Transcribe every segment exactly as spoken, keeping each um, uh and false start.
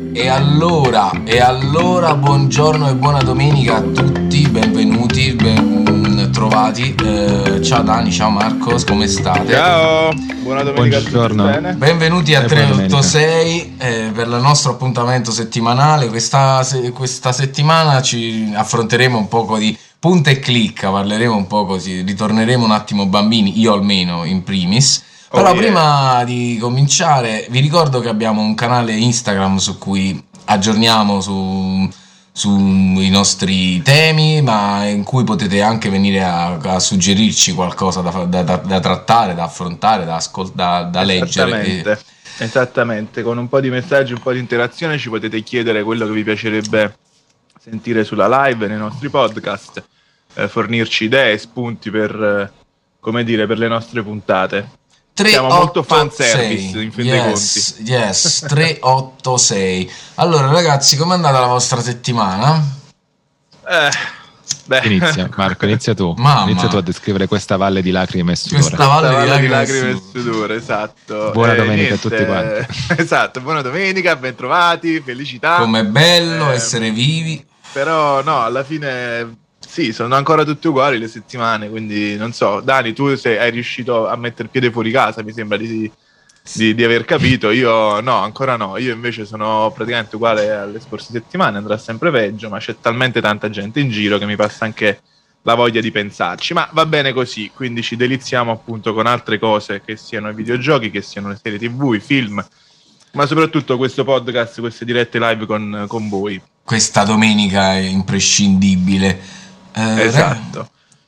E allora, e allora, buongiorno e buona domenica a tutti, benvenuti, ben trovati. Eh, ciao Dani, ciao Marco, come state? Ciao, buona domenica Buongiorno. a tutti, bene? Benvenuti a E buona trecentoottantasei eh, per il nostro appuntamento settimanale. Questa, se- questa settimana ci affronteremo un poco di punta e clicca, parleremo un po' così, ritorneremo un attimo bambini, io almeno in primis. Però Oh, yeah. prima di cominciare vi ricordo che abbiamo un canale Instagram su cui aggiorniamo su, sui nostri temi, ma in cui potete anche venire a, a suggerirci qualcosa da, da- da- da trattare, da affrontare, da, ascol- da, da leggere. E- Esattamente, esattamente, con un po' di messaggi, un po' di interazione ci potete chiedere quello che vi piacerebbe sentire sulla live, nei nostri podcast, eh, fornirci idee, spunti per, eh, come dire, per le nostre puntate. Siamo molto fan service, in fin dei yes, yes, trecentoottantasei. Allora ragazzi, com'è andata la vostra settimana? Eh, beh, Inizia, Marco, inizia tu. Mamma. Inizia tu a descrivere questa valle di lacrime e sudore. Questa valle di Valle di lacrime e lacrime e sudore. sudore, esatto. Buona Eh, domenica niente, a tutti quanti. Esatto, buona domenica, bentrovati, felicità. Com'è bello Eh, essere vivi. Però no, alla fine sì, sono ancora tutte uguali le settimane, quindi non so. Dani, tu sei, hai riuscito a mettere piede fuori casa, mi sembra di, di, di aver capito. Io no, ancora no. Io invece sono praticamente uguale alle scorse settimane, andrà sempre peggio, ma c'è talmente tanta gente in giro che mi passa anche la voglia di pensarci. Ma va bene così, quindi ci deliziamo appunto con altre cose, che siano i videogiochi, che siano le serie tv, i film, ma soprattutto questo podcast, queste dirette live con, con voi. Questa domenica è imprescindibile. Eh, Esatto.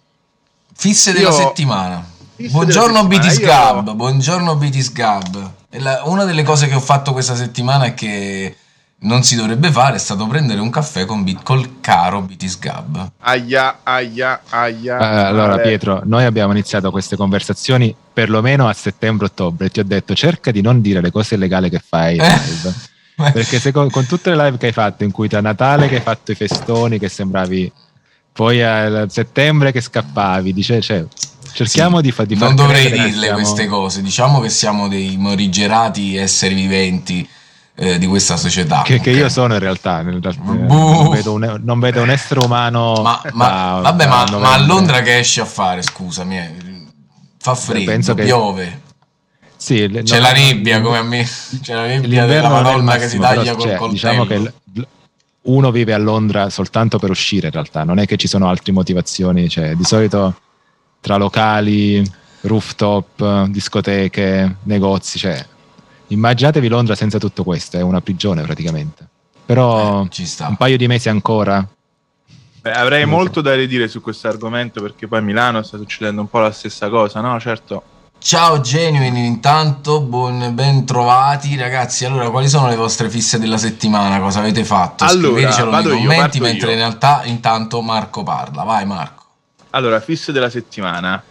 Fisse della Io- settimana. Fisse Buongiorno della B T settimana, Sgab, io- buongiorno B T Sgab. E la- una delle cose che ho fatto questa settimana e che non si dovrebbe fare è stato prendere un caffè con B- col caro B T Sgab. Aia, aia, aia. Eh, allora Vabbè. Pietro, noi abbiamo iniziato queste conversazioni perlomeno a settembre-ottobre e ti ho detto cerca di non dire le cose illegali che fai in Eh. live. Perché se con, con tutte le live che hai fatto, in cui tra Natale che hai fatto i festoni che sembravi, poi a settembre che scappavi, dice, cioè, cerchiamo Sì, di, fa, di non far dovrei credere che dirle siamo- queste cose. Diciamo che siamo dei morigerati esseri viventi eh, di questa società. Che, che ok? io sono in realtà, nel- eh, Buh. non, vedo un, non vedo un essere umano Ma, ma- da- vabbè, da ma, ma a novembre. Londra che esci a fare? Scusami, eh, fa freddo, penso che- piove. Sì, le- C'è no, la no, nebbia no, come a me. C'è la nebbia della l'inverno non è il Madonna che si massimo, taglia però, col cioè, coltello. diciamo che l- l- uno vive a Londra soltanto per uscire, in realtà non è che ci sono altre motivazioni, cioè di solito tra locali, rooftop, discoteche, negozi, cioè immaginatevi Londra senza tutto questo, è una prigione praticamente. Però Eh, ci sta. un paio di mesi ancora. Beh, avrei Non lo molto so. da ridire su questo argomento, perché poi a Milano sta succedendo un po' la stessa cosa, no? Certo. Ciao Genuine, intanto buon, ben trovati ragazzi. Allora, quali sono le vostre fisse della settimana? Cosa avete fatto? Allora, Scrivetecelo nei vado io, commenti, parto mentre io. in realtà intanto Marco parla. Vai Marco. Allora, fisse della settimana.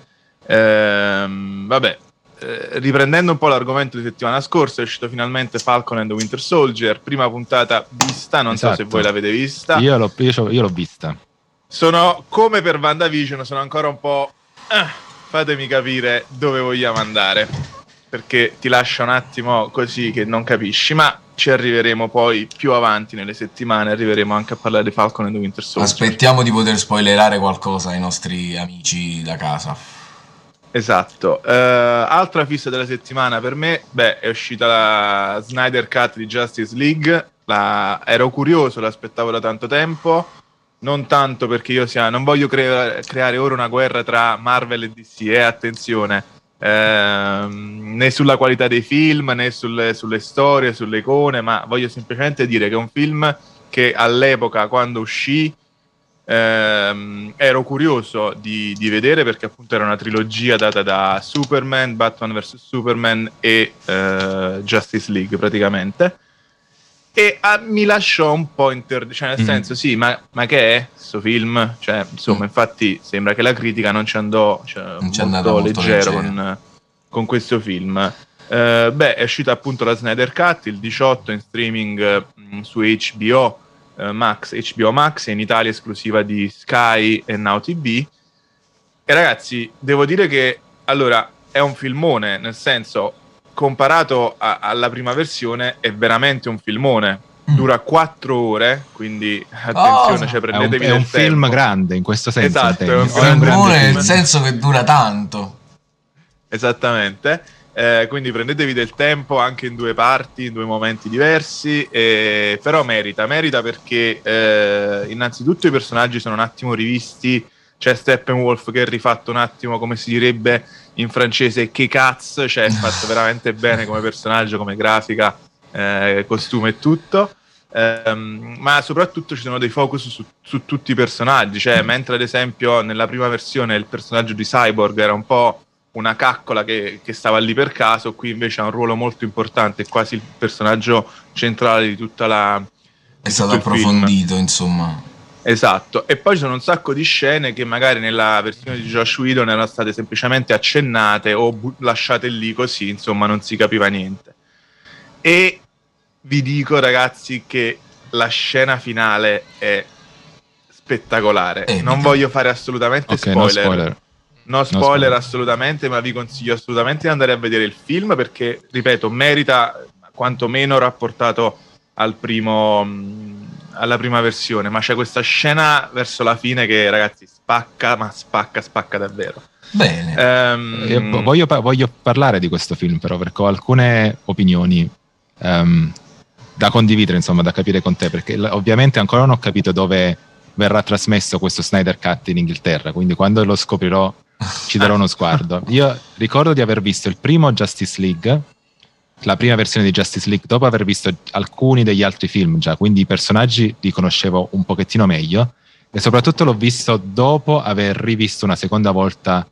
Ehm, vabbè, eh, riprendendo un po' l'argomento di settimana scorsa, è uscito finalmente Falcon and the Winter Soldier, prima puntata vista, non so se Esatto. voi l'avete vista. Io l'ho, io c'ho- io l'ho vista. Sono come per WandaVision, sono ancora un po'. eh, fatemi capire dove vogliamo andare, perché ti lascia un attimo così che non capisci, ma ci arriveremo poi più avanti nelle settimane, arriveremo anche a parlare di Falcon and the Winter Soldier. Aspettiamo di poter spoilerare qualcosa ai nostri amici da casa. Esatto. Eh, altra fissa della settimana per me, beh, è uscita la Snyder Cut di Justice League. La- ero curioso, l'aspettavo da tanto tempo. Non tanto perché io sia, non voglio crea- creare ora una guerra tra Marvel e D C, eh, attenzione, Ehm, né sulla qualità dei film, né sulle, sulle storie, sulle icone, ma voglio semplicemente dire che è un film che all'epoca, quando uscì, ehm, ero curioso di, di vedere, perché appunto era una trilogia data da Superman, Batman versus Superman e eh, Justice League praticamente. E ah, mi lasciò un po' inter... cioè nel Mm. senso sì, ma, ma che è sto film? Cioè, insomma, infatti sembra che la critica non ci andò, cioè, Non ci è molto, andata molto leggero leggera. con, con questo film. Eh, beh, è uscita appunto la Snyder Cut il diciotto in streaming eh, su H B O eh, Max, H B O Max, e in Italia esclusiva di Sky e Now T V. E ragazzi, devo dire che allora è un filmone, nel senso, comparato a- alla prima versione è veramente un filmone. dura quattro ore, quindi attenzione, Oh, cioè, prendetevi è un, è del un film tempo. grande in questo senso. Esatto, intendi? è un O grande grande Dura film? nel senso che dura tanto. Esattamente, eh, quindi prendetevi del tempo anche in due parti, in due momenti diversi, eh, però merita, merita perché eh, innanzitutto i personaggi sono un attimo rivisti, c'è Steppenwolf che è rifatto un attimo, come si direbbe in francese, che cazzo, cioè è fatto veramente bene come personaggio, come grafica, eh, costume e tutto. Um, ma soprattutto ci sono dei focus su, su tutti i personaggi, cioè mentre ad esempio nella prima versione il personaggio di Cyborg era un po' una caccola che, che stava lì per caso, qui invece ha un ruolo molto importante, è quasi il personaggio centrale di tutta la È stato approfondito, insomma. Esatto, e poi ci sono un sacco di scene che magari nella versione di Joss Whedon erano state semplicemente accennate o bu- lasciate lì così, insomma non si capiva niente. E vi dico ragazzi che la scena finale è spettacolare, eh, non voglio fare assolutamente okay, spoiler. No spoiler. No spoiler, no spoiler assolutamente, ma vi consiglio assolutamente di andare a vedere il film perché, ripeto, merita quantomeno rapportato al primo, alla prima versione, ma c'è questa scena verso la fine che, ragazzi, spacca, ma spacca, spacca davvero. Bene. Um, Io voglio, voglio parlare di questo film però, perché ho alcune opinioni um, da condividere, insomma, da capire con te, perché ovviamente ancora non ho capito dove verrà trasmesso questo Snyder Cut in Inghilterra, quindi quando lo scoprirò ci darò uno sguardo. Io ricordo di aver visto il primo Justice League, la prima versione di Justice League, dopo aver visto alcuni degli altri film già, quindi i personaggi li conoscevo un pochettino meglio, e soprattutto l'ho visto dopo aver rivisto una seconda volta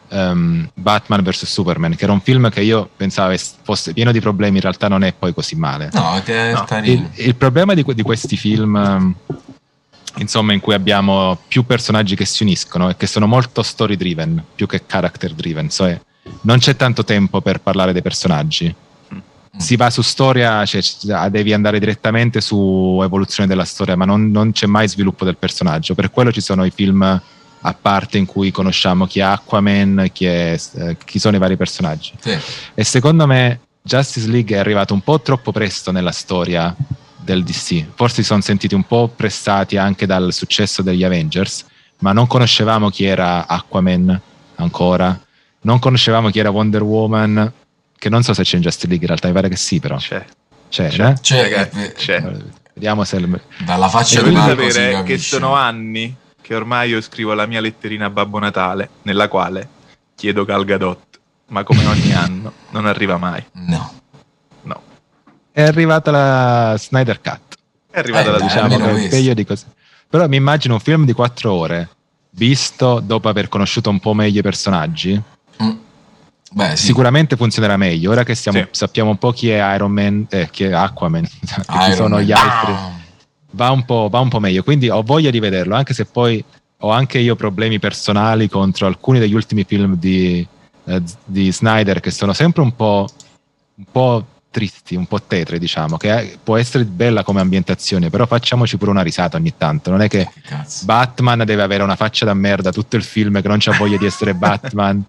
um, Batman versus Superman, che era un film che io pensavo fosse pieno di problemi, in realtà non è poi così male. No, che è no. carino. Il, il problema di, di questi film... Um, insomma, in cui abbiamo più personaggi che si uniscono e che sono molto story driven più che character driven, cioè non c'è tanto tempo per parlare dei personaggi, mm. si va su storia, cioè devi andare direttamente su evoluzione della storia, ma non, non c'è mai sviluppo del personaggio. Per quello ci sono i film a parte in cui conosciamo chi è Aquaman, chi, è, eh, chi sono i vari personaggi, sì. E secondo me Justice League è arrivato un po' troppo presto nella storia del D C, forse si sono sentiti un po' pressati anche dal successo degli Avengers, ma non conoscevamo chi era Aquaman ancora, non conoscevamo chi era Wonder Woman, che non so se c'è in Justice League, in realtà mi pare che sì, però c'è, c'è, c'è, eh? c'è, ragazzi, c'è. Vediamo se il... dalla faccia di Marco si sapere capisce. che sono anni che ormai io scrivo la mia letterina a Babbo Natale nella quale chiedo Gal Gadot, ma come ogni anno non arriva mai. No. No. È arrivata la Snyder Cut. È arrivata eh, la dai, diciamo che questo. è meglio di così. Però mi immagino un film di quattro ore visto dopo aver conosciuto un po' meglio i personaggi. Mm. Beh, sì. Sicuramente funzionerà meglio. Ora che stiamo, sì. sappiamo un po' chi è Iron Man, eh, chi è Aquaman, chi Iron sono Man. gli altri, Ah. va un po', va un po' meglio. Quindi ho voglia di vederlo, anche se poi ho anche io problemi personali contro alcuni degli ultimi film di, eh, di Snyder, che sono sempre un po', un po' tristi, un po' tetre, diciamo, che può essere bella come ambientazione, però facciamoci pure una risata ogni tanto. Non è che Cazzo. Batman deve avere una faccia da merda tutto il film, che non c'ha voglia di essere Batman.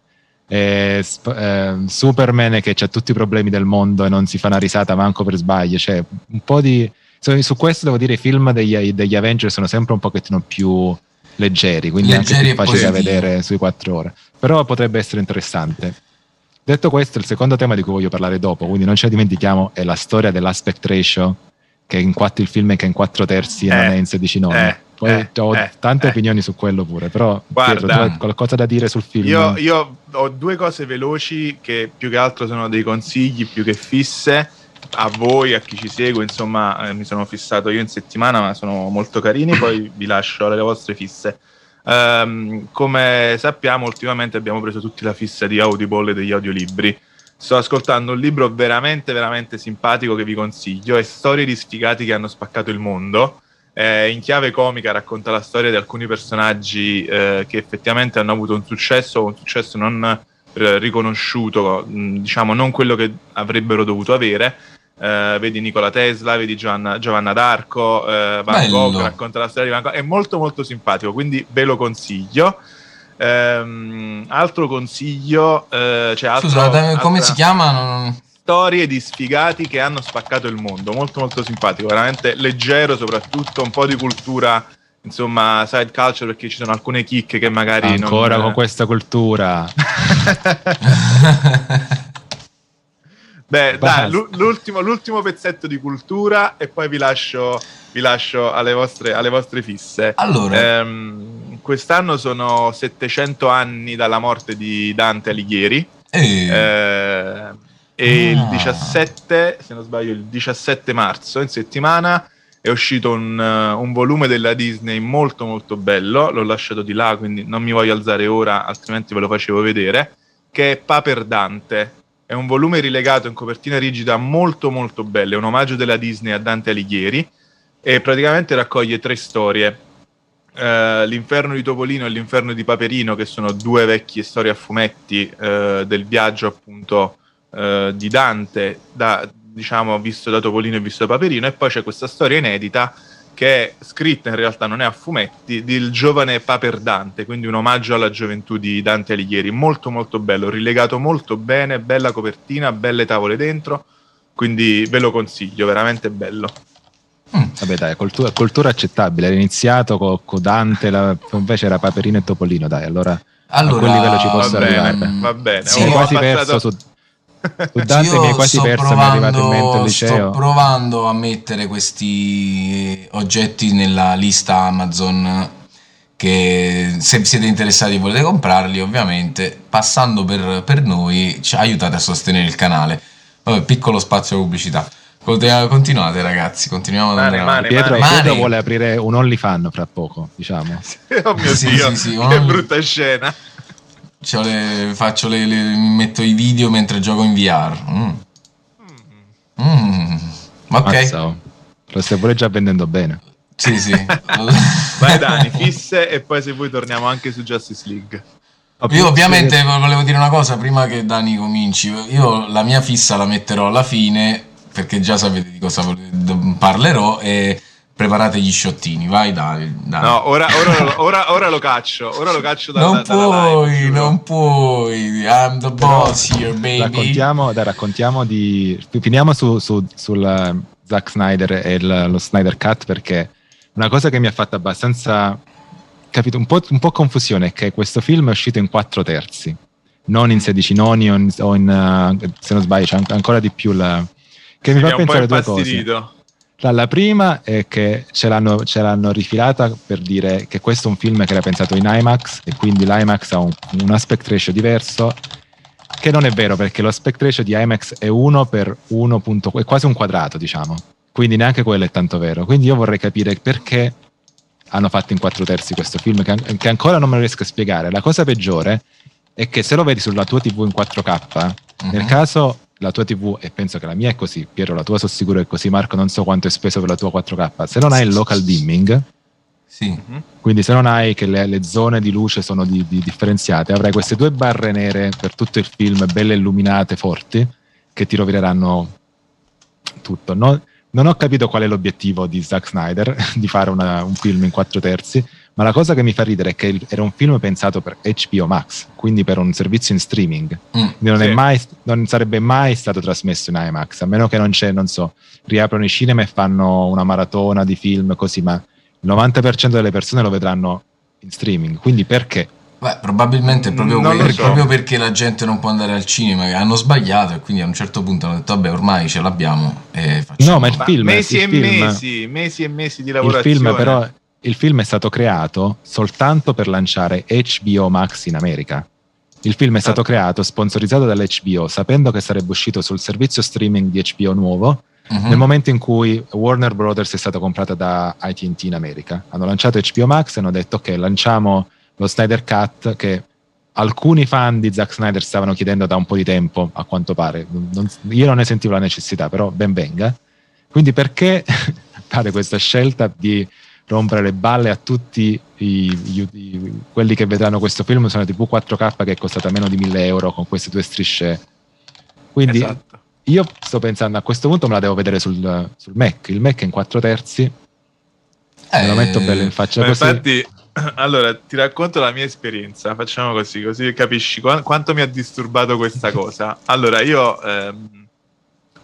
E, eh, Superman che c'ha tutti i problemi del mondo e non si fa una risata manco per sbaglio. Cioè, un po' di su, su questo devo dire i film degli, degli Avengers sono sempre un pochettino più leggeri, quindi leggeri anche più facili da positivi. vedere sui quattro ore, però potrebbe essere interessante. Detto questo, il secondo tema di cui voglio parlare dopo, quindi non ce ne dimentichiamo, è la storia dell'aspect ratio, che in quattro il film è che in quattro terzi e eh, non è in sedici noni. eh, Poi eh, ho eh, tante eh. opinioni su quello pure, però Guarda, Pietro, tu hai qualcosa da dire sul film? Io, io ho due cose veloci che più che altro sono dei consigli più che fisse a voi, a chi ci segue, insomma, eh, mi sono fissato io in settimana, ma sono molto carini, poi vi lascio le vostre fisse. Um, come sappiamo, ultimamente abbiamo preso tutti la fissa di Audible e degli audiolibri. Sto ascoltando un libro veramente veramente simpatico che vi consiglio, è Storie di sfigati che hanno spaccato il mondo. Eh, in chiave comica racconta la storia di alcuni personaggi eh, che effettivamente hanno avuto un successo, un successo non eh, riconosciuto, mh, diciamo non quello che avrebbero dovuto avere. Eh, vedi Nikola Tesla, vedi Giovanna, Giovanna d'Arco, eh, Van Bello. Gogh, racconta la storia di Van Gogh, è molto molto simpatico, quindi ve lo consiglio. Ehm, altro consiglio, eh, cioè altro, Scusa, come altra... si chiama? Non... storie di sfigati che hanno spaccato il mondo, molto molto simpatico, veramente leggero, soprattutto un po' di cultura, insomma, side culture, perché ci sono alcune chicche che magari ancora non... con questa cultura. Beh, dai, l'ultimo, l'ultimo pezzetto di cultura e poi vi lascio, vi lascio alle vostre, alle vostre fisse. Allora, ehm, quest'anno sono settecento anni dalla morte di Dante Alighieri. eh. Eh, e Ah. il diciassette, se non sbaglio, il diciassette marzo, in settimana, è uscito un, uh, un volume della Disney molto molto bello. L'ho lasciato di là, quindi non mi voglio alzare ora, altrimenti ve lo facevo vedere, che è Paper Dante. È un volume rilegato in copertina rigida molto molto bello, è un omaggio della Disney a Dante Alighieri e praticamente raccoglie tre storie. Uh, l'inferno di Topolino e l'inferno di Paperino, che sono due vecchie storie a fumetti uh, del viaggio appunto uh, di Dante, da, diciamo visto da Topolino e visto da Paperino, e poi c'è questa storia inedita che è scritta, in realtà non è a fumetti, del giovane Paper Dante, quindi un omaggio alla gioventù di Dante Alighieri, molto molto bello, rilegato molto bene, bella copertina, belle tavole dentro, quindi ve lo consiglio, veramente bello. Mm. Vabbè dai, cultura, cultura accettabile, era iniziato con co Dante, la, invece era Paperino e Topolino, dai, allora, allora a quel livello ci posso va arrivare. Bene, va bene, sì, mi hai ho quasi passato... perso su, su Dante, Io mi hai quasi sto perso, provando, mi è arrivato in mente il liceo. Sto provando a mettere questi oggetti nella lista Amazon, che se siete interessati e volete comprarli, ovviamente passando per, per noi ci aiutate a sostenere il canale. Vabbè, piccolo spazio pubblicità. Continuate ragazzi, continuiamo ad andare Mane, Pietro, mane. Pietro vuole aprire un OnlyFans fra poco, diciamo. Oh mio Sì, Dio, sì, sì, che only- brutta scena. C'ho le, faccio le, le- mi metto i video mentre gioco in V R. Mm. Mm. Ok. Mazza, oh. Lo stai pure già vendendo bene. Sì, sì. Vai Dani, fisse e poi se vuoi torniamo anche su Justice League. Io ovviamente volevo dire una cosa prima che Dani cominci. Io la mia fissa la metterò alla fine, perché già sapete di cosa parlerò, e preparate gli sciottini. Vai Dani. Dani. No, ora, ora, ora, ora lo caccio. Ora lo caccio da, non da, dalla puoi, live, non puoi. I'm the boss here, baby. Raccontiamo, dai, raccontiamo di... Finiamo su, su, sul uh, Zack Snyder e il, lo Snyder Cut, perché una cosa che mi ha fatto abbastanza... capito un po', un po' confusione è che questo film è uscito in quattro terzi, non in sedici noni o in, o in uh, se non sbaglio c'è an- ancora di più la... che sì, mi fa pensare due cose. La, la prima è che ce l'hanno, ce l'hanno rifilata per dire che questo è un film che era pensato in IMAX e quindi l'IMAX ha un, un aspect ratio diverso, che non è vero, perché lo aspect ratio di IMAX è uno per uno, è quasi un quadrato, diciamo, quindi neanche quello è tanto vero. Quindi io vorrei capire perché hanno fatto in quattro terzi questo film, che, che ancora non me lo riesco a spiegare. La cosa peggiore è che se lo vedi sulla tua tivù in quattro K, uh-huh. nel caso la tua tivù, e penso che la mia è così, Piero la tua sono sicuro è così, Marco non so quanto è speso per la tua quattro K, se non hai il local dimming, sì. quindi se non hai che le, le zone di luce sono di, di differenziate, avrai queste due barre nere per tutto il film, belle illuminate, forti, che ti rovineranno tutto. No? Non ho capito qual è l'obiettivo di Zack Snyder di fare una, un film in quattro terzi, ma la cosa che mi fa ridere è che il, era un film pensato per H B O Max, quindi per un servizio in streaming. Mm, non, sì. è mai, non sarebbe mai stato trasmesso in IMAX, a meno che non c'è, non so, riaprono i cinema e fanno una maratona di film così, ma il novanta per cento delle persone lo vedranno in streaming, quindi perché? Beh, probabilmente è proprio, Non lo per, so. proprio perché la gente non può andare al cinema, che hanno sbagliato e quindi a un certo punto hanno detto vabbè ormai ce l'abbiamo e facciamo. No, ma il Ma film, mesi il e film, mesi, mesi e mesi di il lavorazione. film però il film è stato creato soltanto per lanciare H B O Max in America. Il film è stato creato, sponsorizzato dall'H B O, sapendo che sarebbe uscito sul servizio streaming di H B O nuovo, uh-huh. nel momento in cui Warner Brothers è stata comprata da A T and T in America. Hanno lanciato H B O Max e hanno detto ok, lanciamo lo Snyder Cut, che alcuni fan di Zack Snyder stavano chiedendo da un po' di tempo, a quanto pare. Non, io non ne sentivo la necessità, però ben venga. Quindi perché fare questa scelta di rompere le balle a tutti i, i, i, quelli che vedranno questo film su una tivù quattro K che è costata meno di mille euro con queste due strisce? Quindi esatto. Io sto pensando a questo punto me la devo vedere sul, sul Mac. Il Mac è in quattro terzi, eh, me lo metto bello in faccia così. Infatti, allora ti racconto la mia esperienza, facciamo così, così capisci qu- quanto mi ha disturbato questa cosa. Allora io ehm,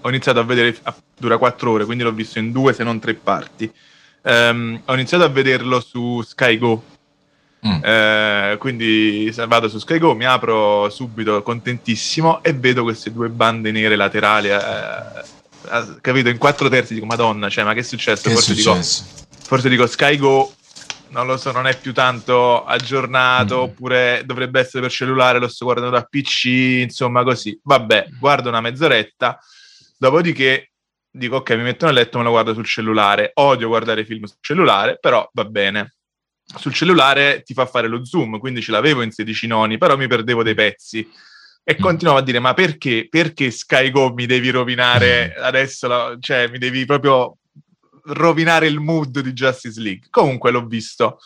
ho iniziato a vedere, dura quattro ore, quindi l'ho visto in due se non tre parti. Um, ho iniziato a vederlo su Sky Go. Mm. Eh, quindi vado su Sky Go, mi apro subito contentissimo e vedo queste due bande nere laterali, eh, eh, capito, in quattro terzi, dico madonna, cioè ma che è successo? Che forse, è successo? Dico, forse dico Sky Go non lo so, non è più tanto aggiornato, mm. oppure dovrebbe essere per cellulare, lo sto guardando da P C, insomma così, vabbè, guardo una mezz'oretta, dopodiché dico ok, mi metto nel letto, me lo guardo sul cellulare. Odio guardare film sul cellulare, però va bene. Sul cellulare ti fa fare lo zoom, quindi ce l'avevo in sedici noni, però mi perdevo dei pezzi e continuavo a dire ma perché perché Sky Go mi devi rovinare adesso la, cioè mi devi proprio rovinare il mood di Justice League. Comunque l'ho visto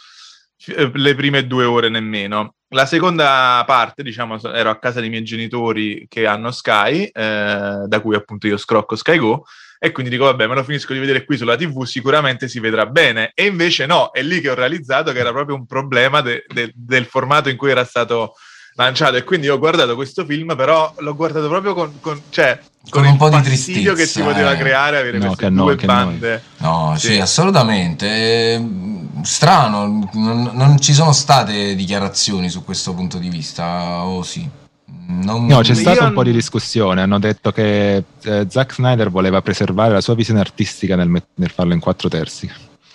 le prime due ore nemmeno. La seconda parte, diciamo, ero a casa dei miei genitori che hanno Sky, eh, da cui appunto io scrocco Sky Go, e quindi dico vabbè, me lo finisco di vedere qui sulla tivù, sicuramente si vedrà bene, e invece no, è lì che ho realizzato che era proprio un problema de- de- del formato in cui era stato lanciato, e quindi ho guardato questo film, però l'ho guardato proprio con, con cioè con, con un po' di tristezza che si poteva eh. creare avere no, queste no, due bande. No, sì, sì, assolutamente. È strano, non, non ci sono state dichiarazioni su questo punto di vista, o oh, sì? Non... No, c'è stata Io... un po' di discussione. Hanno detto che eh, Zack Snyder voleva preservare la sua visione artistica nel, met- nel farlo in quattro terzi.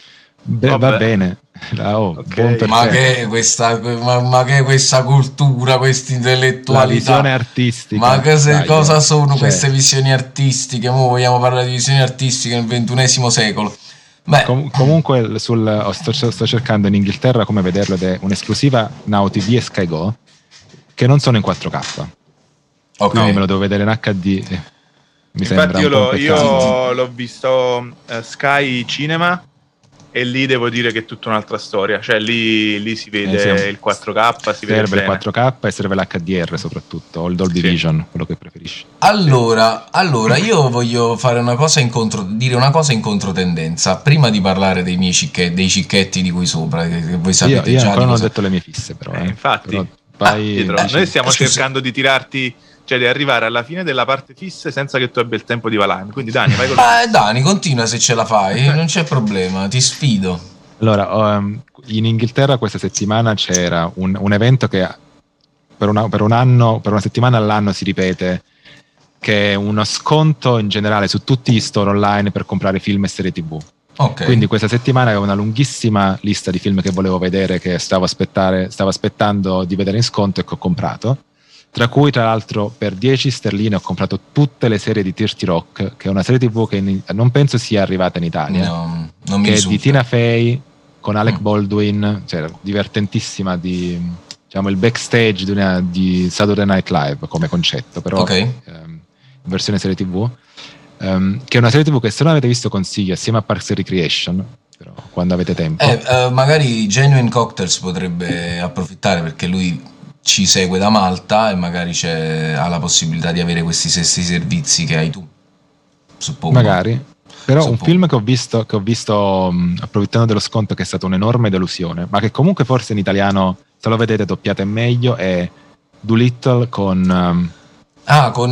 Be- va bene, oh, okay. buon ma, che questa, ma, ma che questa cultura, questa intellettualità, la visione artistica. Ma che se, Dai, cosa sono cioè... queste visioni artistiche? Mo vogliamo parlare di visioni artistiche nel ventunesimo secolo? Beh. Com- comunque sul, oh, sto, sto cercando in Inghilterra come vederlo, ed è un'esclusiva Now T V e Sky Go che non sono in quattro K, okay. Quindi me lo devo vedere in H D. Mi Infatti sembra io, un po' lo, un peccato. io l'ho visto uh, Sky Cinema, e lì devo dire che è tutta un'altra storia, cioè lì, lì si vede eh sì, il quattro K, si vede serve il quattro K e serve l'H D R soprattutto, o il Dolby sì. Vision, quello che preferisci. Allora, allora io voglio fare una cosa in contro, dire una cosa in controtendenza prima di parlare dei miei cicchetti, dei cicchetti di qui sopra, che, che voi sapete io, io già. Io ancora non cosa... ho detto le mie fisse, però. Eh, eh. infatti, però vai, Pietro, dici... noi stiamo eh, cercando di tirarti, cioè di arrivare alla fine della parte fisse senza che tu abbia il tempo di valarmi. Quindi Dani, vai con eh, Dani, continua se ce la fai, non c'è problema, ti sfido. Allora, um, in Inghilterra questa settimana c'era un, un evento che per, una, per un anno, per una settimana all'anno si ripete, che è uno sconto in generale su tutti gli store online per comprare film e serie tivù. Okay. Quindi questa settimana avevo una lunghissima lista di film che volevo vedere, che stavo, aspettare, stavo aspettando di vedere in sconto e che ho comprato, tra cui tra l'altro per dieci sterline ho comprato tutte le serie di thirty Rock, che è una serie tivù che in, non penso sia arrivata in Italia, no, non mi che risulta. È di Tina Fey con Alec mm. Baldwin, cioè divertentissima, di, diciamo il backstage di, una, di Saturday Night Live come concetto, però okay. ehm, in versione serie tivù, ehm, che è una serie tivù che se non avete visto consiglio assieme a Parks and Recreation, però quando avete tempo. Eh, eh, magari Genuine Cocktails potrebbe approfittare, perché lui ci segue da Malta e magari c'è, ha la possibilità di avere questi stessi servizi che hai tu, suppongo. Magari. Però suppongo. Un film che ho visto, che ho visto mh, approfittando dello sconto, che è stata un'enorme delusione, ma che comunque forse in italiano, se lo vedete doppiato è meglio, è Dolittle con um, ah con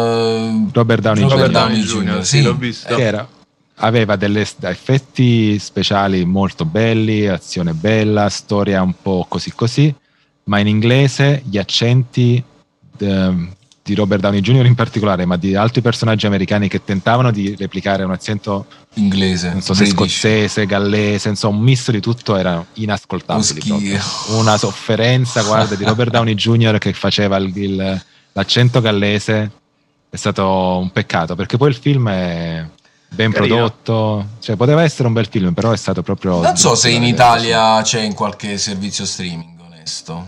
uh, Robert Downey Robert Junior Downey Junior sì, l'ho visto. Che era, aveva degli effetti speciali molto belli, azione bella, storia un po' così così, ma in inglese gli accenti de, di Robert Downey Junior in particolare, ma di altri personaggi americani che tentavano di replicare un accento inglese, non so se British, scozzese, gallese, insomma un misto di tutto, era inascoltabile. Una sofferenza, guarda, di Robert Downey Junior che faceva il, il, l'accento gallese, è stato un peccato, perché poi il film è ben Carino. Prodotto, cioè poteva essere un bel film, però è stato proprio... non so se in Italia c'è in qualche servizio streaming, onesto.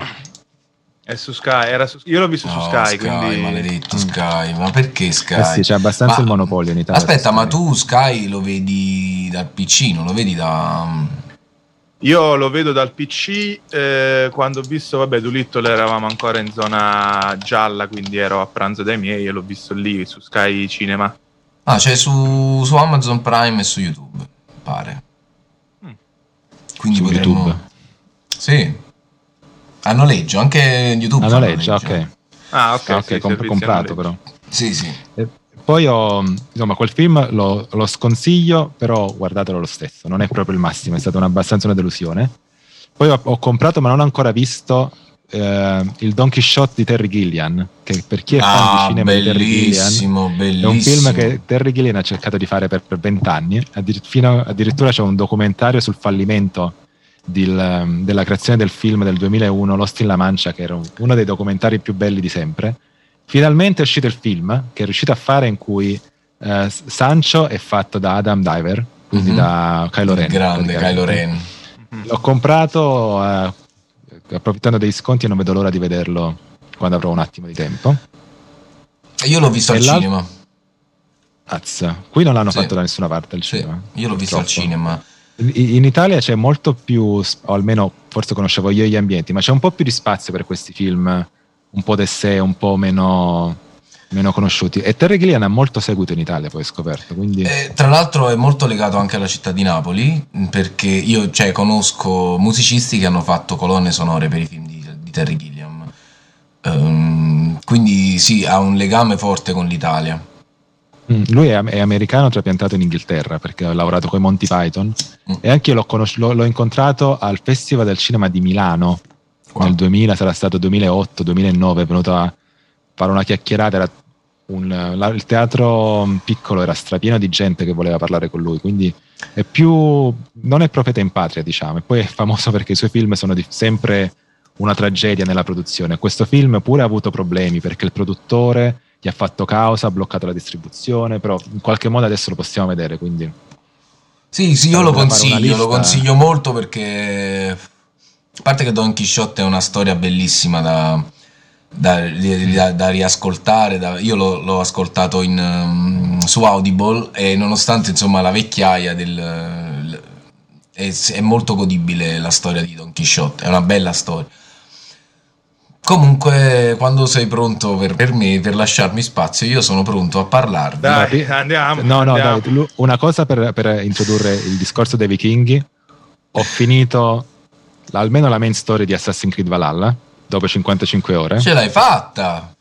È su Sky, era su, io l'ho visto no, su Sky, Sky, quindi... maledetto Sky, ma perché Sky? Eh sì, c'è abbastanza ma, il monopolio in Italia. Aspetta, ma tu Sky lo vedi dal P C, non lo vedi da... Io lo vedo dal P C, eh, quando ho visto, vabbè, Dolittle eravamo ancora in zona gialla, quindi ero a pranzo dai miei e l'ho visto lì su Sky Cinema. Ah, cioè su, su Amazon Prime e su YouTube, pare. Mm. Quindi su potremmo... YouTube? Sì. A noleggio, anche YouTube. A noleggio, ok. Ah, ok, ah, okay sì, comp- comprato però. Sì, sì. Eh, Poi ho, insomma, quel film lo, lo sconsiglio, però guardatelo lo stesso, non è proprio il massimo, è stata una, abbastanza una delusione. Poi ho, ho comprato, ma non ho ancora visto, eh, il Don Quixote di Terry Gilliam, che per chi è fan Ah, di cinema di Terry bellissimo, Gilliam bellissimo. è un film che Terry Gilliam ha cercato di fare per vent'anni, addirittura c'è un documentario sul fallimento del, della creazione del film del duemilauno, Lost in La Mancha, che era uno dei documentari più belli di sempre. Finalmente è uscito il film che è riuscito a fare, in cui eh, Sancho è fatto da Adam Driver, quindi mm-hmm. da Kylo Ren. Grande Kylo Ren. L'ho comprato eh, approfittando dei sconti e non vedo l'ora di vederlo quando avrò un attimo di tempo. Io l'ho visto e al cinema. Azza. Qui non l'hanno sì. fatto da nessuna parte al sì. cinema. Io l'ho visto al cinema. In, in Italia c'è molto più, o almeno forse conoscevo io gli ambienti, ma c'è un po' più di spazio per questi film un po' d'essè, un po' meno, meno conosciuti. E Terry Gilliam ha molto seguito in Italia, poi ho scoperto. Quindi... Eh, tra l'altro è molto legato anche alla città di Napoli, perché io cioè, conosco musicisti che hanno fatto colonne sonore per i film di, di Terry Gilliam. Um, quindi sì, ha un legame forte con l'Italia. Mm, lui è, è americano trapiantato in Inghilterra, perché ha lavorato con i Monty Python. Mm. E anche io l'ho, conos- l'ho, l'ho incontrato al Festival del Cinema di Milano. Wow. Nel duemila, sarà stato duemilaotto duemilanove, è venuto a fare una chiacchierata. Era un, la, il teatro piccolo era strapieno di gente che voleva parlare con lui, quindi è più, non è profeta in patria, diciamo. E poi è famoso perché i suoi film sono di, sempre una tragedia nella produzione. Questo film pure ha avuto problemi perché il produttore gli ha fatto causa, ha bloccato la distribuzione, però in qualche modo adesso lo possiamo vedere, quindi sì, sì, io lo consiglio, lo consiglio molto, perché a parte che Don Quixote è una storia bellissima da, da, da, da riascoltare, da, io l'ho, l'ho ascoltato in, um, su Audible, e nonostante insomma la vecchiaia del, è, è molto godibile la storia di Don Quixote, è una bella storia. Comunque, quando sei pronto per, per me, per lasciarmi spazio, io sono pronto a parlarvi. Dai, andiamo. No, no, andiamo. dai, una cosa per, per introdurre il discorso dei vichinghi. Ho finito almeno la main story di Assassin's Creed Valhalla dopo cinquantacinque ore. Ce l'hai fatta!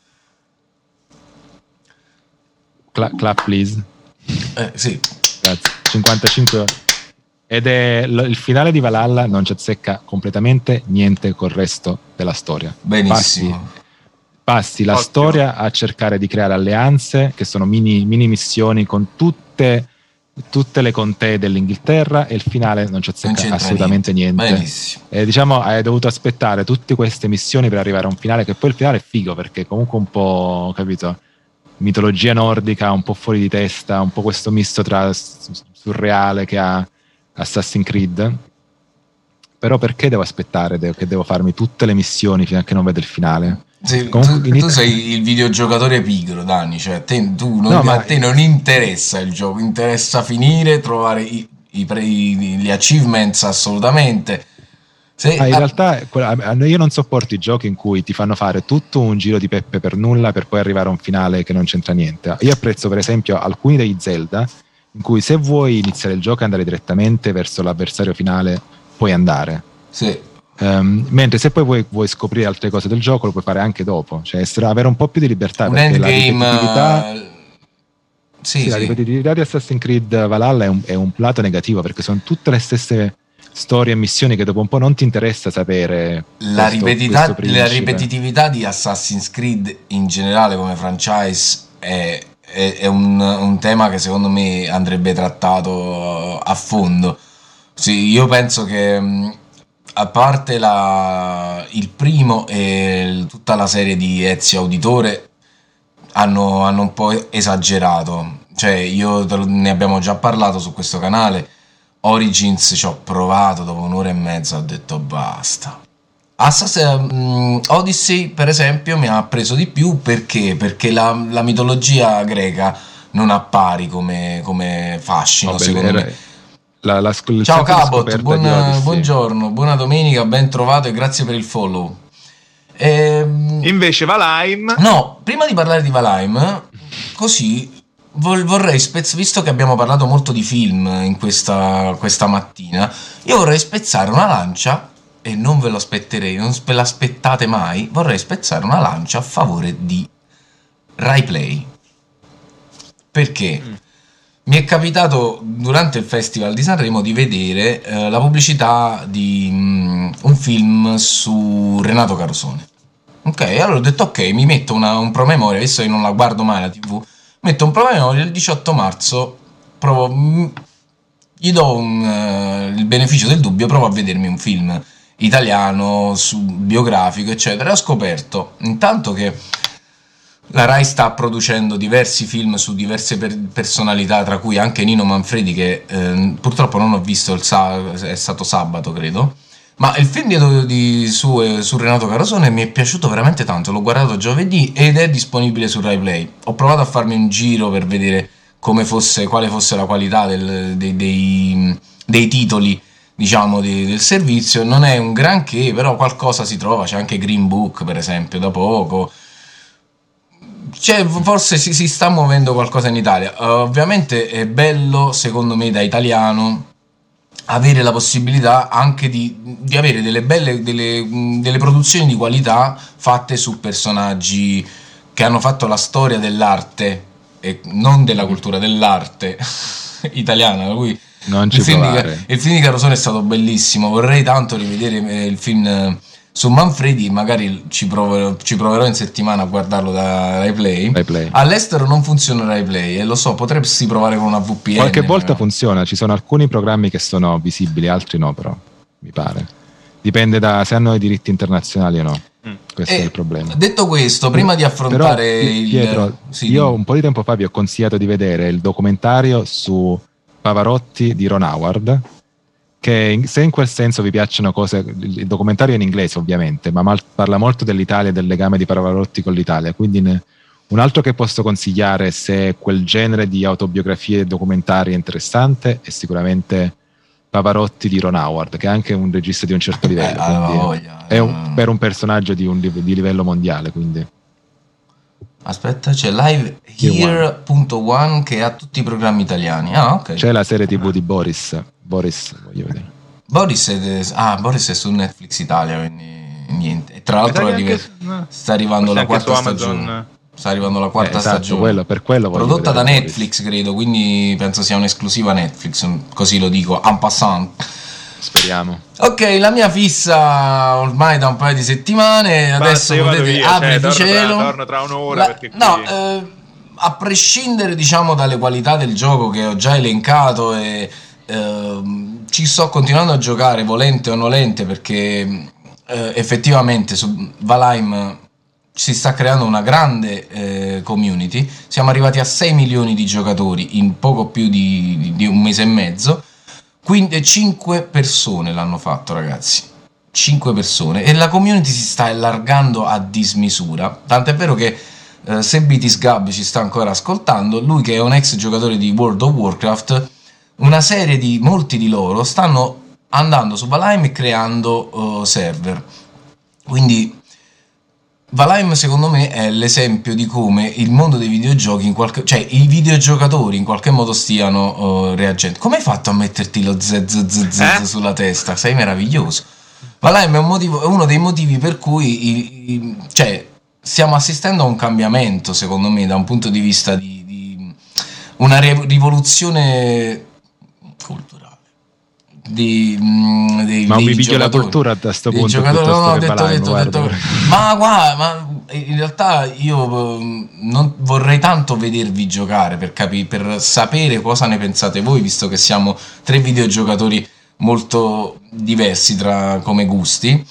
Cla- clap please. Eh, sì. Grazie. cinquantacinque ore. Ed è l- il finale di Valhalla non ci azzecca completamente niente col resto della storia. Benissimo. Passi, passi la Ottimo. storia a cercare di creare alleanze, che sono mini, mini missioni con tutte tutte le contee dell'Inghilterra, e il finale non ci azzecca non assolutamente niente, niente. E diciamo hai dovuto aspettare tutte queste missioni per arrivare a un finale, che poi il finale è figo, perché comunque un po', capito, mitologia nordica, un po' fuori di testa, un po' questo misto tra surreale che ha Assassin's Creed. Però perché devo aspettare che devo farmi tutte le missioni fino a che non vedo il finale? Sì, tu, tu sei il videogiocatore pigro, Dani, cioè te, tu non, no, a te non interessa il gioco, interessa finire, trovare i, i pre, i, gli achievements assolutamente. Se, ah, in a... realtà io non sopporto i giochi in cui ti fanno fare tutto un giro di peppe per nulla per poi arrivare a un finale che non c'entra niente. Io apprezzo per esempio alcuni dei Zelda in cui se vuoi iniziare il gioco e andare direttamente verso l'avversario finale puoi andare. Sì. Um, mentre se poi vuoi, vuoi scoprire altre cose del gioco lo puoi fare anche dopo, cioè essere, avere un po' più di libertà, un perché endgame, la ripetitività, uh... sì, sì, sì. la ripetitività di Assassin's Creed Valhalla è un, è un lato negativo, perché sono tutte le stesse storie e missioni che dopo un po' non ti interessa sapere. La, questo, ripetita- questo la ripetitività di Assassin's Creed in generale come franchise è, è, è un, un tema che secondo me andrebbe trattato a fondo. Sì, io penso che a parte la, il primo e tutta la serie di Ezio Auditore hanno, hanno un po' esagerato, cioè io ne abbiamo già parlato su questo canale. Origins ci ho provato, dopo un'ora e mezza ho detto basta. Assassin's um, Odyssey per esempio mi ha preso di più, perché perché la, la mitologia greca non ha pari come, come fascino. Vabbè, secondo era... me La, la, ciao Cabot, buona, buongiorno, buona domenica, ben trovato e grazie per il follow. Ehm, Invece Valheim, no, prima di parlare di Valheim, così vol- vorrei spez- visto che abbiamo parlato molto di film in questa, questa mattina, io vorrei spezzare una lancia, e non ve lo aspetterei, non ve l'aspettate mai, vorrei spezzare una lancia a favore di RaiPlay. Perché? Mm. Mi è capitato durante il Festival di Sanremo di vedere eh, la pubblicità di mm, un film su Renato Carosone. Ok, allora ho detto ok, mi metto una- un promemoria, visto che non la guardo mai la tivù, metto un promemoria il diciotto marzo, provo, mm, gli do un, eh, il beneficio del dubbio, provo a vedermi un film italiano, su, biografico, eccetera. E ho scoperto intanto che la Rai sta producendo diversi film su diverse per- personalità, tra cui anche Nino Manfredi, che eh, purtroppo non ho visto, il sa- è stato sabato credo, ma il film di, di- su, eh, su Renato Carosone mi è piaciuto veramente tanto, l'ho guardato giovedì ed è disponibile su Rai Play. Ho provato a farmi un giro per vedere come fosse, quale fosse la qualità del- dei, dei- dei titoli, diciamo, di- del servizio. Non è un granché, però qualcosa si trova, c'è anche Green Book per esempio da poco. Cioè, forse si, si sta muovendo qualcosa in Italia. Uh, ovviamente è bello, secondo me, da italiano, avere la possibilità anche di, di avere delle belle delle, mh, delle produzioni di qualità fatte su personaggi che hanno fatto la storia dell'arte e non della cultura, dell'arte italiana. Per cui Non ci il film, di, provare. il film di Carosone è stato bellissimo. Vorrei tanto rivedere eh, il film eh, su Manfredi. Magari ci proverò, ci proverò in settimana a guardarlo da Rai Play. Rai Play. All'estero non funziona Rai Play e lo so, potresti provare con una V P N. Qualche volta magari. funziona, ci sono alcuni programmi che sono visibili, altri no, però mi pare. Dipende da se hanno i diritti internazionali o no. Mm. Questo E è il problema. detto questo, prima di affrontare Però, il Pietro, sì, io un po' di tempo fa vi ho consigliato di vedere il documentario su Pavarotti di Ron Howard, che in- se in quel senso vi piacciono cose, il documentario è in inglese ovviamente, ma mal- parla molto dell'Italia e del legame di Pavarotti con l'Italia, quindi ne- un altro che posso consigliare se quel genere di autobiografie e documentari è interessante è sicuramente Pavarotti di Ron Howard, che è anche un regista di un certo eh, livello, aveva quindi voglia. è un- per un personaggio di, un, live- di livello mondiale, quindi Aspetta, c'è live here punto one che ha tutti i programmi italiani. Ah, ok. c'è la serie tv di Boris Boris voglio vedere. Boris è, ah, Boris è su Netflix Italia, quindi niente. E tra l'altro Mi sa che arriva- anche su- no. sta arrivando Forse la anche quarta su Amazon. stagione. Sta arrivando la quarta Eh, esatto, stagione. quello- per quello voglio Prodotta da vedere Boris. Netflix, credo, quindi penso sia un'esclusiva Netflix, così lo dico, en passant. Speriamo. Ok, la mia fissa ormai da un paio di settimane, Basta, adesso io vado potete via, apri cioè, di torno tra- cielo. torno tra un'ora, La- perché qui- no, eh, a prescindere diciamo dalle qualità del gioco che ho già elencato e ehm, ci sto continuando a giocare volente o nolente perché eh, effettivamente su Valheim si sta creando una grande eh, community. Siamo arrivati a sei milioni di giocatori in poco più di, di- di un mese e mezzo. Quindi cinque persone l'hanno fatto, ragazzi. cinque persone. E la community si sta allargando a dismisura. Tant'è vero che eh, se B T S Gab ci sta ancora ascoltando, lui che è un ex giocatore di World of Warcraft, una serie di molti di loro stanno andando su Valheim e creando uh, server. Quindi Valheim secondo me è l'esempio di come il mondo dei videogiochi in qualche, cioè i videogiocatori in qualche modo stiano uh, reagendo. Come hai fatto a metterti lo zzzz Eh? sulla testa? Sei meraviglioso. Valheim è, un motivo, è uno dei motivi per cui i- i- cioè, stiamo assistendo a un cambiamento, secondo me, da un punto di vista di, di una re- rivoluzione culturale. Di, mh, dei, Ma dei mi piglia la giocatori. cultura a sto Dei punto giocatori, no, piuttosto no, ho che detto, ho Valheim, detto, ho detto, guarda. ma guarda, ma in realtà io eh, non vorrei tanto vedervi giocare per capire, per sapere cosa ne pensate voi, visto che siamo tre videogiocatori molto diversi tra come gusti.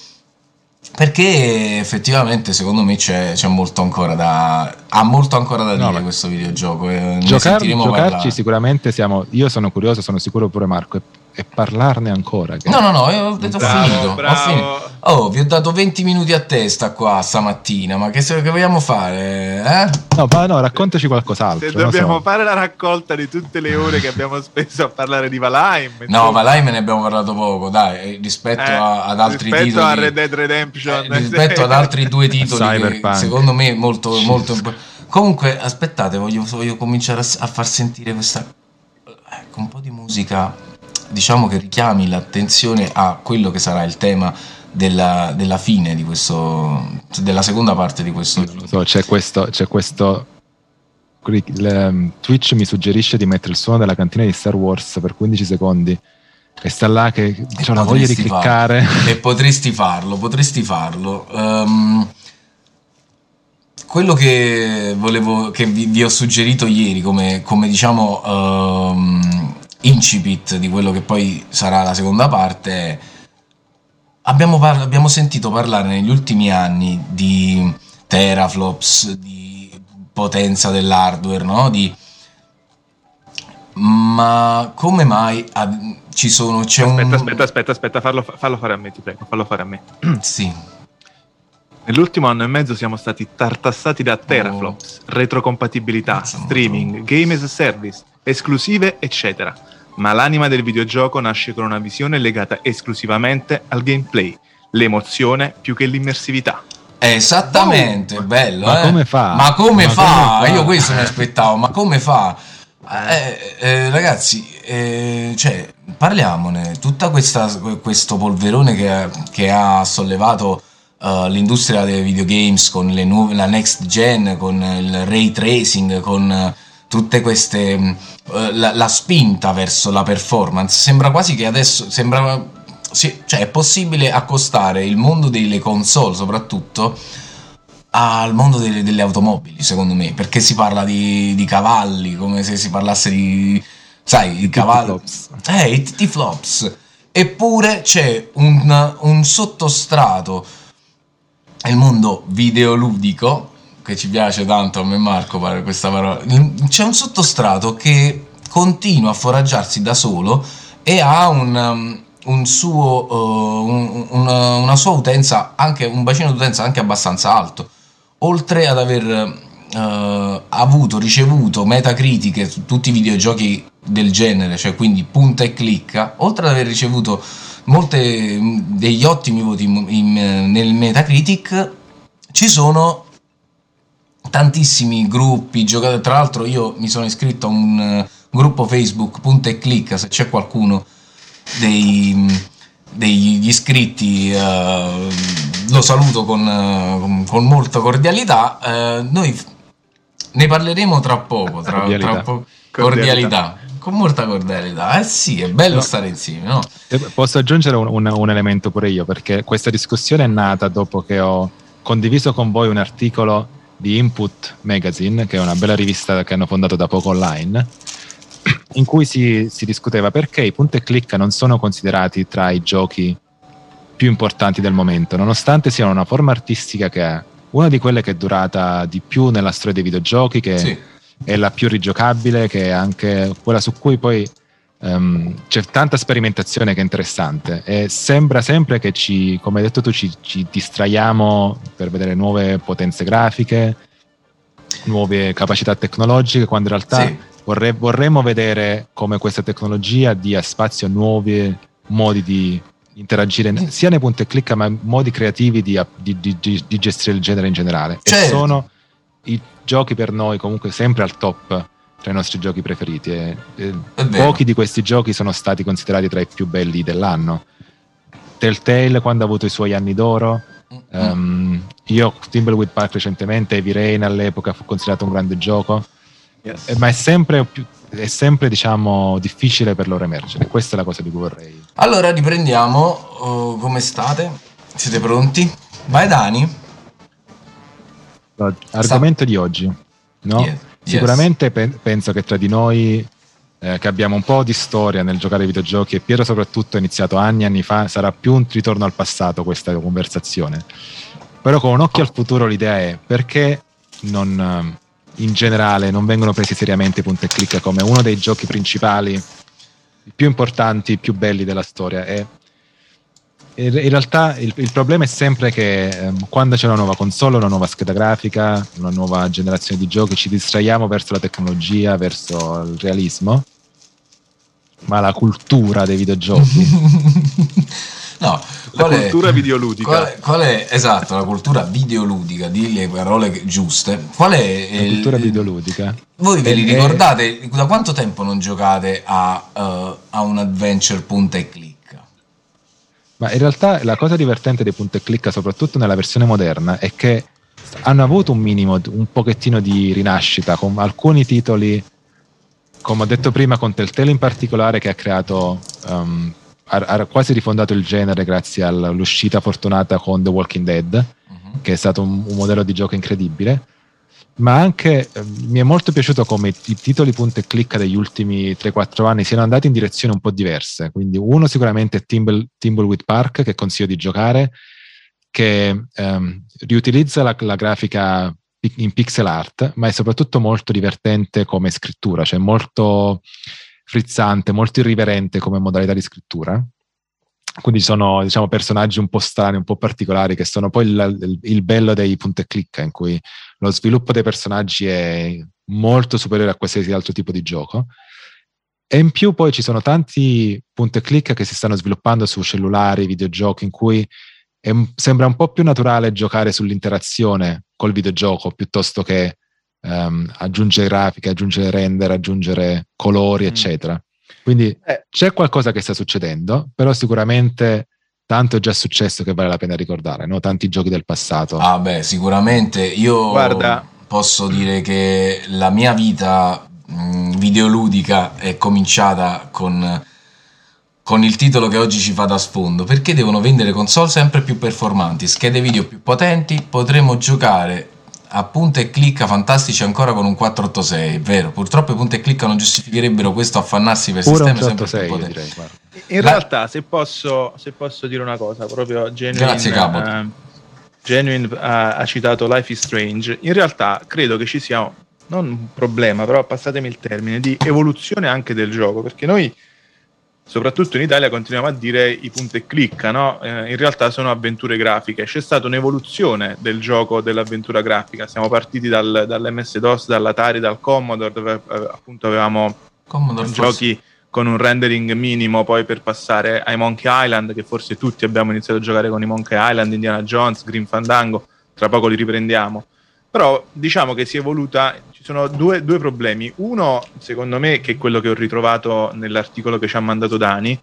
Perché effettivamente secondo me c'è, c'è molto ancora da ha molto ancora da No, dire ma- questo videogioco e ne Giocar- sentiremo giocarci parlare. sicuramente siamo. Io sono curioso, sono sicuro pure Marco, e, e parlarne ancora. Che No, no, no, io ho detto ho Bravo, finito, ho bravo. finito. Oh, vi ho dato venti minuti a testa qua stamattina, ma che, se- che vogliamo fare? Eh? No, ma no, raccontaci qualcos'altro. Se non dobbiamo so. fare la raccolta di tutte le ore che abbiamo speso a parlare di Valheim, No, insomma, Valheim ne abbiamo parlato poco, dai, eh, rispetto eh, a- ad altri rispetto titoli. a Red Dead Redemption, eh, rispetto ad altri due titoli che Cyberpunk. secondo me molto molto imp- comunque aspettate, voglio, voglio cominciare a, s- a far sentire questa ecco, un po' di musica, diciamo, che richiami l'attenzione a quello che sarà il tema della, della fine di questo, della seconda parte di questo Non lo so, c'è questo, c'è questo il, Twitch mi suggerisce di mettere il suono della cantina di Star Wars per quindici secondi e sta là che c'ho la voglia di cliccare farlo. E potresti farlo, potresti farlo. Um, quello che volevo, che vi, vi ho suggerito ieri come, come diciamo um, incipit di quello che poi sarà la seconda parte è, abbiamo, par- abbiamo sentito parlare negli ultimi anni di teraflops, di potenza dell'hardware, no? Di ma come mai ad, ci sono c'è aspetta, un aspetta aspetta aspetta fallo, fallo fare a me, ti prego, fallo fare a me. Sì. Nell'ultimo anno e mezzo siamo stati tartassati da teraflops, oh. retrocompatibilità, streaming, game as a service, esclusive, eccetera. Ma l'anima del videogioco nasce con una visione legata esclusivamente al gameplay, l'emozione più che l'immersività. Esattamente, oh. bello. Ma eh? come fa? Ma come, ma fa? come fa? Io questo mi aspettavo, ma come fa? Eh, eh, ragazzi, eh, cioè, parliamone. Tutta questa questo polverone che, che ha sollevato uh, l'industria dei videogames con le nuove, la next gen, con il ray tracing, con uh, tutte queste uh, la, la spinta verso la performance. Sembra quasi che adesso sembra sì, cioè è possibile accostare il mondo delle console, soprattutto al mondo delle, delle automobili, secondo me, perché si parla di, di cavalli come se si parlasse di, sai, il cavallo, eh, i T-flops. Eppure c'è un, un sottostrato, il mondo videoludico, che ci piace tanto a me e Marco pare questa parola, c'è un sottostrato che continua a foraggiarsi da solo e ha un, un suo, uh, un, una, una sua utenza, anche un bacino d'utenza anche abbastanza alto. Oltre ad aver uh, avuto, ricevuto metacritiche su tutti i videogiochi del genere, cioè quindi punta e clicca, oltre ad aver ricevuto molte degli ottimi voti in, in, nel Metacritic, ci sono tantissimi gruppi, giocatori. Tra l'altro io mi sono iscritto a un uh, gruppo Facebook punta e clicca, se c'è qualcuno dei... degli iscritti uh, lo saluto con, uh, con molta cordialità. Uh, noi f- ne parleremo tra poco tra, cordialità. Tra po- cordialità. cordialità con molta cordialità. Eh sì, è bello no. stare insieme, no? Posso aggiungere un, un, un elemento pure io, perché questa discussione è nata dopo che ho condiviso con voi un articolo di Input Magazine, che è una bella rivista che hanno fondato da poco online, in cui si, si discuteva perché i punta e clicca non sono considerati tra i giochi più importanti del momento, nonostante siano una forma artistica che è una di quelle che è durata di più nella storia dei videogiochi, che sì. è la più rigiocabile, che è anche quella su cui poi um, c'è tanta sperimentazione che è interessante, e sembra sempre che ci, come hai detto tu, ci, ci distraiamo per vedere nuove potenze grafiche, nuove capacità tecnologiche, quando in realtà sì. Vorrei, vorremmo vedere come questa tecnologia dia spazio a nuovi modi di interagire sia nei punti e clicca, ma modi creativi di, di, di, di gestire il genere in generale. Certo. E sono i giochi per noi comunque sempre al top tra i nostri giochi preferiti. E, e pochi di questi giochi sono stati considerati tra i più belli dell'anno. Telltale quando ha avuto i suoi anni d'oro. Mm-hmm. Um, io Thimbleweed Park recentemente, Heavy Rain all'epoca fu considerato un grande gioco. Yes. Ma è sempre più, è sempre diciamo difficile per loro emergere. Questa è la cosa di cui vorrei. Allora riprendiamo. Uh, come state? Siete pronti? Vai Dani. Argomento Sta... di oggi, no? Yes. Sicuramente yes. pe- penso che tra di noi eh, che abbiamo un po' di storia nel giocare ai videogiochi, e Piero soprattutto ha iniziato anni e anni fa, sarà più un ritorno al passato questa conversazione. Però con un occhio al futuro l'idea è: perché non in generale non vengono presi seriamente punta e clicca come uno dei giochi principali, più importanti, più belli della storia? E in realtà il, il problema è sempre che ehm, quando c'è una nuova console, una nuova scheda grafica, una nuova generazione di giochi, ci distraiamo verso la tecnologia, verso il realismo, ma la cultura dei videogiochi no, la cultura è, videoludica qual è, qual è esatto la cultura videoludica, di le parole giuste. Qual è la il, cultura videoludica? Voi ve li ricordate? Da quanto tempo non giocate a, uh, a un adventure punta e clicca? Ma in realtà la cosa divertente dei punta e clicca, soprattutto nella versione moderna, è che hanno avuto un minimo, un pochettino di rinascita con alcuni titoli, come ho detto prima, con Telltale in particolare, che ha creato um, ha, ha quasi rifondato il genere grazie all'uscita fortunata con The Walking Dead, uh-huh. che è stato un, un modello di gioco incredibile. Ma anche eh, mi è molto piaciuto come i, i titoli punta e clicca degli ultimi tre quattro anni siano andati in direzioni un po' diverse. Quindi uno sicuramente è Timble, Thimbleweed Park, che consiglio di giocare, che ehm, riutilizza la, la grafica in pixel art, ma è soprattutto molto divertente come scrittura, cioè molto frizzante, molto irriverente come modalità di scrittura. Quindi sono, diciamo, personaggi un po' strani, un po' particolari, che sono poi il, il, il bello dei punta e clicca, in cui lo sviluppo dei personaggi è molto superiore a qualsiasi altro tipo di gioco. E in più poi ci sono tanti punta e clicca che si stanno sviluppando su cellulari, videogiochi, in cui è, sembra un po' più naturale giocare sull'interazione col videogioco piuttosto che um, aggiungere grafiche, aggiungere render, aggiungere colori, mm. eccetera. Quindi eh. c'è qualcosa che sta succedendo, però sicuramente tanto è già successo che vale la pena ricordare, no? Tanti giochi del passato. Ah beh, sicuramente. Io Guarda. posso dire che la mia vita mh, videoludica è cominciata con, con il titolo che oggi ci fa da sfondo. Perché devono vendere console sempre più performanti, schede video più potenti, potremo giocare a punta e clicca fantastici ancora con un quattrocentottantasei, è vero. Purtroppo i punta e clicca non giustificherebbero questo affannarsi per Pure sistemi sempre più potenti. Direi, in La... realtà, se posso, se posso dire una cosa, proprio Genuine, grazie Capo. Uh, Genuine uh, ha citato Life is Strange. In realtà credo che ci sia non un problema, però passatemi il termine, di evoluzione anche del gioco, perché noi soprattutto in Italia continuiamo a dire i punta e clicca, no? Eh, in realtà sono avventure grafiche. C'è stata un'evoluzione del gioco dell'avventura grafica. Siamo partiti dal, dall'emme esse DOS, dall'Atari, dal Commodore, dove eh, appunto avevamo Commodore giochi forse con un rendering minimo, poi per passare ai Monkey Island, che forse tutti abbiamo iniziato a giocare con i Monkey Island, Indiana Jones, Grim Fandango, tra poco li riprendiamo. Però diciamo che si è evoluta. Ci sono due, due problemi. Uno, secondo me, che è quello che ho ritrovato nell'articolo che ci ha mandato Dani,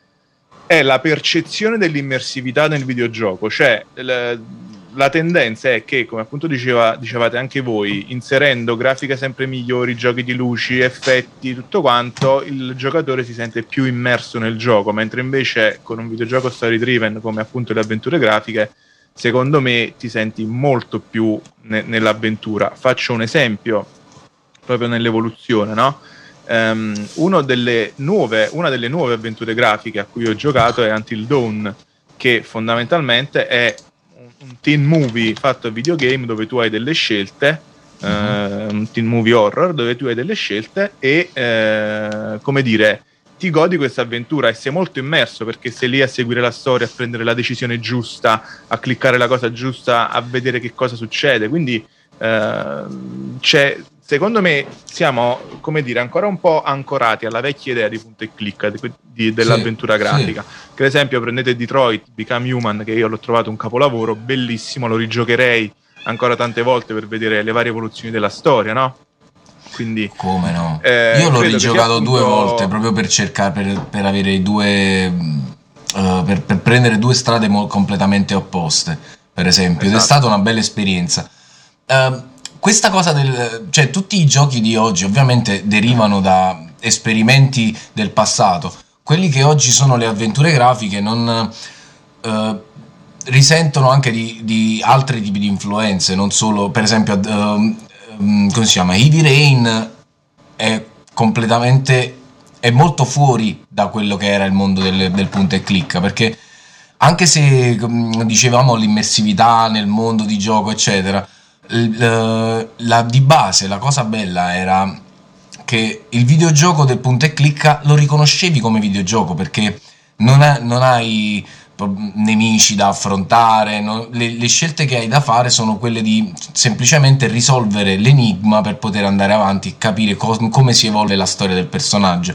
è la percezione dell'immersività nel videogioco. Cioè la, la tendenza è che, come appunto diceva, dicevate anche voi, inserendo grafiche sempre migliori, giochi di luci, effetti, tutto quanto, il giocatore si sente più immerso nel gioco, mentre invece con un videogioco story driven come appunto le avventure grafiche, secondo me ti senti molto più ne- nell'avventura. Faccio un esempio proprio nell'evoluzione, no? Um, uno delle nuove, una delle nuove avventure grafiche a cui ho giocato è Until Dawn, che fondamentalmente è un, un teen movie fatto a videogame dove tu hai delle scelte, mm-hmm. uh, un teen movie horror dove tu hai delle scelte e uh, come dire, ti godi questa avventura e sei molto immerso, perché sei lì a seguire la storia, a prendere la decisione giusta, a cliccare la cosa giusta, a vedere che cosa succede. Quindi eh, c'è, secondo me siamo, come dire, ancora un po' ancorati alla vecchia idea di punta e clicca di, di, dell'avventura sì, grafica. Sì. Che ad esempio prendete Detroit Become Human, che io l'ho trovato un capolavoro bellissimo, lo rigiocherei ancora tante volte per vedere le varie evoluzioni della storia, no? Quindi, come no? Eh, io l'ho rigiocato appunto due volte proprio per cercare, per, per avere due uh, per, per prendere due strade mo- completamente opposte, per esempio, esatto. Ed è stata una bella esperienza. Uh, questa cosa del, cioè tutti i giochi di oggi ovviamente derivano da esperimenti del passato. Quelli che oggi sono le avventure grafiche non uh, risentono anche di, di altri tipi di influenze, non solo, per esempio uh, come si chiama? Heavy Rain è completamente è molto fuori da quello che era il mondo del, del punta e clicca, perché anche se dicevamo l'immersività nel mondo di gioco eccetera, l, la, di base la cosa bella era che il videogioco del punta e clicca lo riconoscevi come videogioco, perché non, ha, non hai nemici da affrontare, no? le, le scelte che hai da fare sono quelle di semplicemente risolvere l'enigma per poter andare avanti e capire co- come si evolve la storia del personaggio.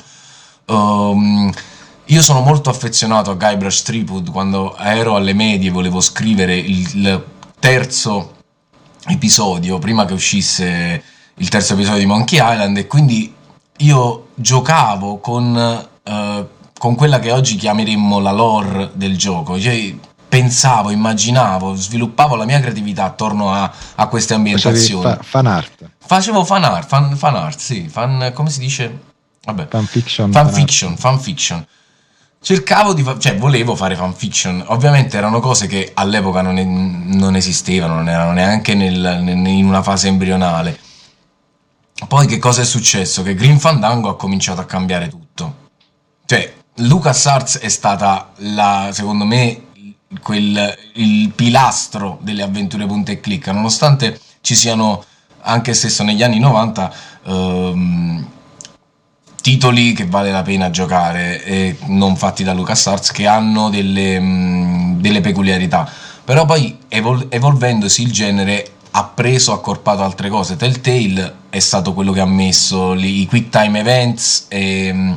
Um, io sono molto affezionato a Guybrush Threepwood. Quando ero alle medie volevo scrivere il, il terzo episodio prima che uscisse il terzo episodio di Monkey Island, e quindi io giocavo con uh, con quella che oggi chiameremmo la lore del gioco, cioè pensavo, immaginavo, sviluppavo la mia creatività attorno a, a queste ambientazioni. Fa, fan art. Facevo fan art, fan, fan art, sì, fan, come si dice? Vabbè. Fan fiction. Fan fiction, fan fiction. Cercavo di, fa- cioè volevo fare fan fiction, ovviamente erano cose che all'epoca non, e- non esistevano, non erano neanche nel, nel- in una fase embrionale. Poi che cosa è successo? Che Grim Fandango ha cominciato a cambiare tutto. Cioè, LucasArts è stata, la, secondo me, quel, il pilastro delle avventure punta e clicca, nonostante ci siano, anche stesso negli anni novanta, ehm, titoli che vale la pena giocare e non fatti da LucasArts che hanno delle, mh, delle peculiarità, però poi evol- evolvendosi il genere ha preso, accorpato altre cose. Telltale è stato quello che ha messo li, i quick time events e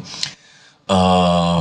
uh,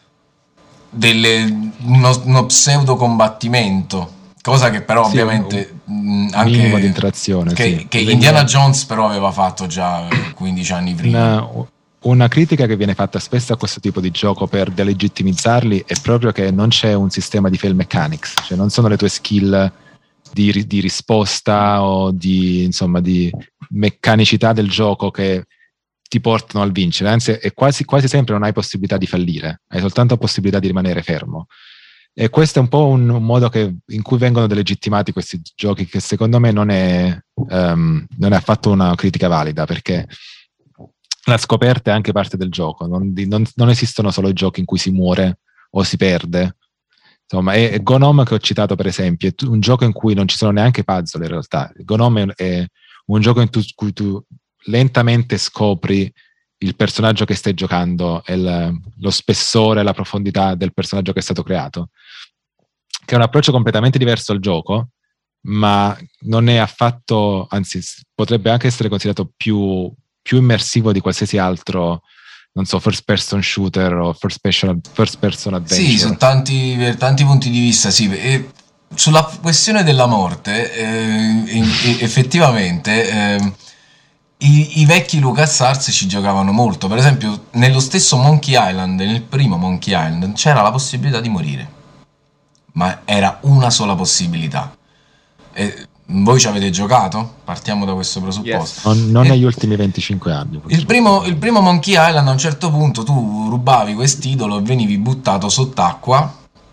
delle, uno, uno pseudo combattimento, cosa che però sì, ovviamente un, mh, anche minimo di interazione che, sì. che Indiana Jones però aveva fatto già quindici anni prima. Una, una critica che viene fatta spesso a questo tipo di gioco per delegittimizzarli è proprio che non c'è un sistema di fail mechanics, cioè non sono le tue skill di, di risposta o di, insomma, di meccanicità del gioco che ti portano al vincere, anzi è quasi, quasi sempre non hai possibilità di fallire, hai soltanto possibilità di rimanere fermo. E questo è un po' un, un modo che, in cui vengono delegittimati questi giochi, che secondo me non è, um, non è affatto una critica valida, perché la scoperta è anche parte del gioco, non, non, non esistono solo i giochi in cui si muore o si perde. Insomma, è, è Gone Home che ho citato per esempio, è un gioco in cui non ci sono neanche puzzle in realtà. Gone Home è un gioco in tu, cui tu lentamente scopri il personaggio che stai giocando e il, lo spessore, la profondità del personaggio che è stato creato, che è un approccio completamente diverso al gioco, ma non è affatto, anzi potrebbe anche essere considerato più, più immersivo di qualsiasi altro, non so, first person shooter o first person, first person adventure. Sì, su tanti, per tanti punti di vista, sì. E sulla questione della morte, eh, effettivamente eh, i, i vecchi LucasArts ci giocavano molto. Per esempio, nello stesso Monkey Island, nel primo Monkey Island, c'era la possibilità di morire, ma era una sola possibilità. E voi ci avete giocato? Partiamo da questo presupposto. Yes. Non, non e, negli ultimi venticinque anni. Il primo, il primo Monkey Island, a un certo punto tu rubavi quest'idolo e venivi buttato sott'acqua,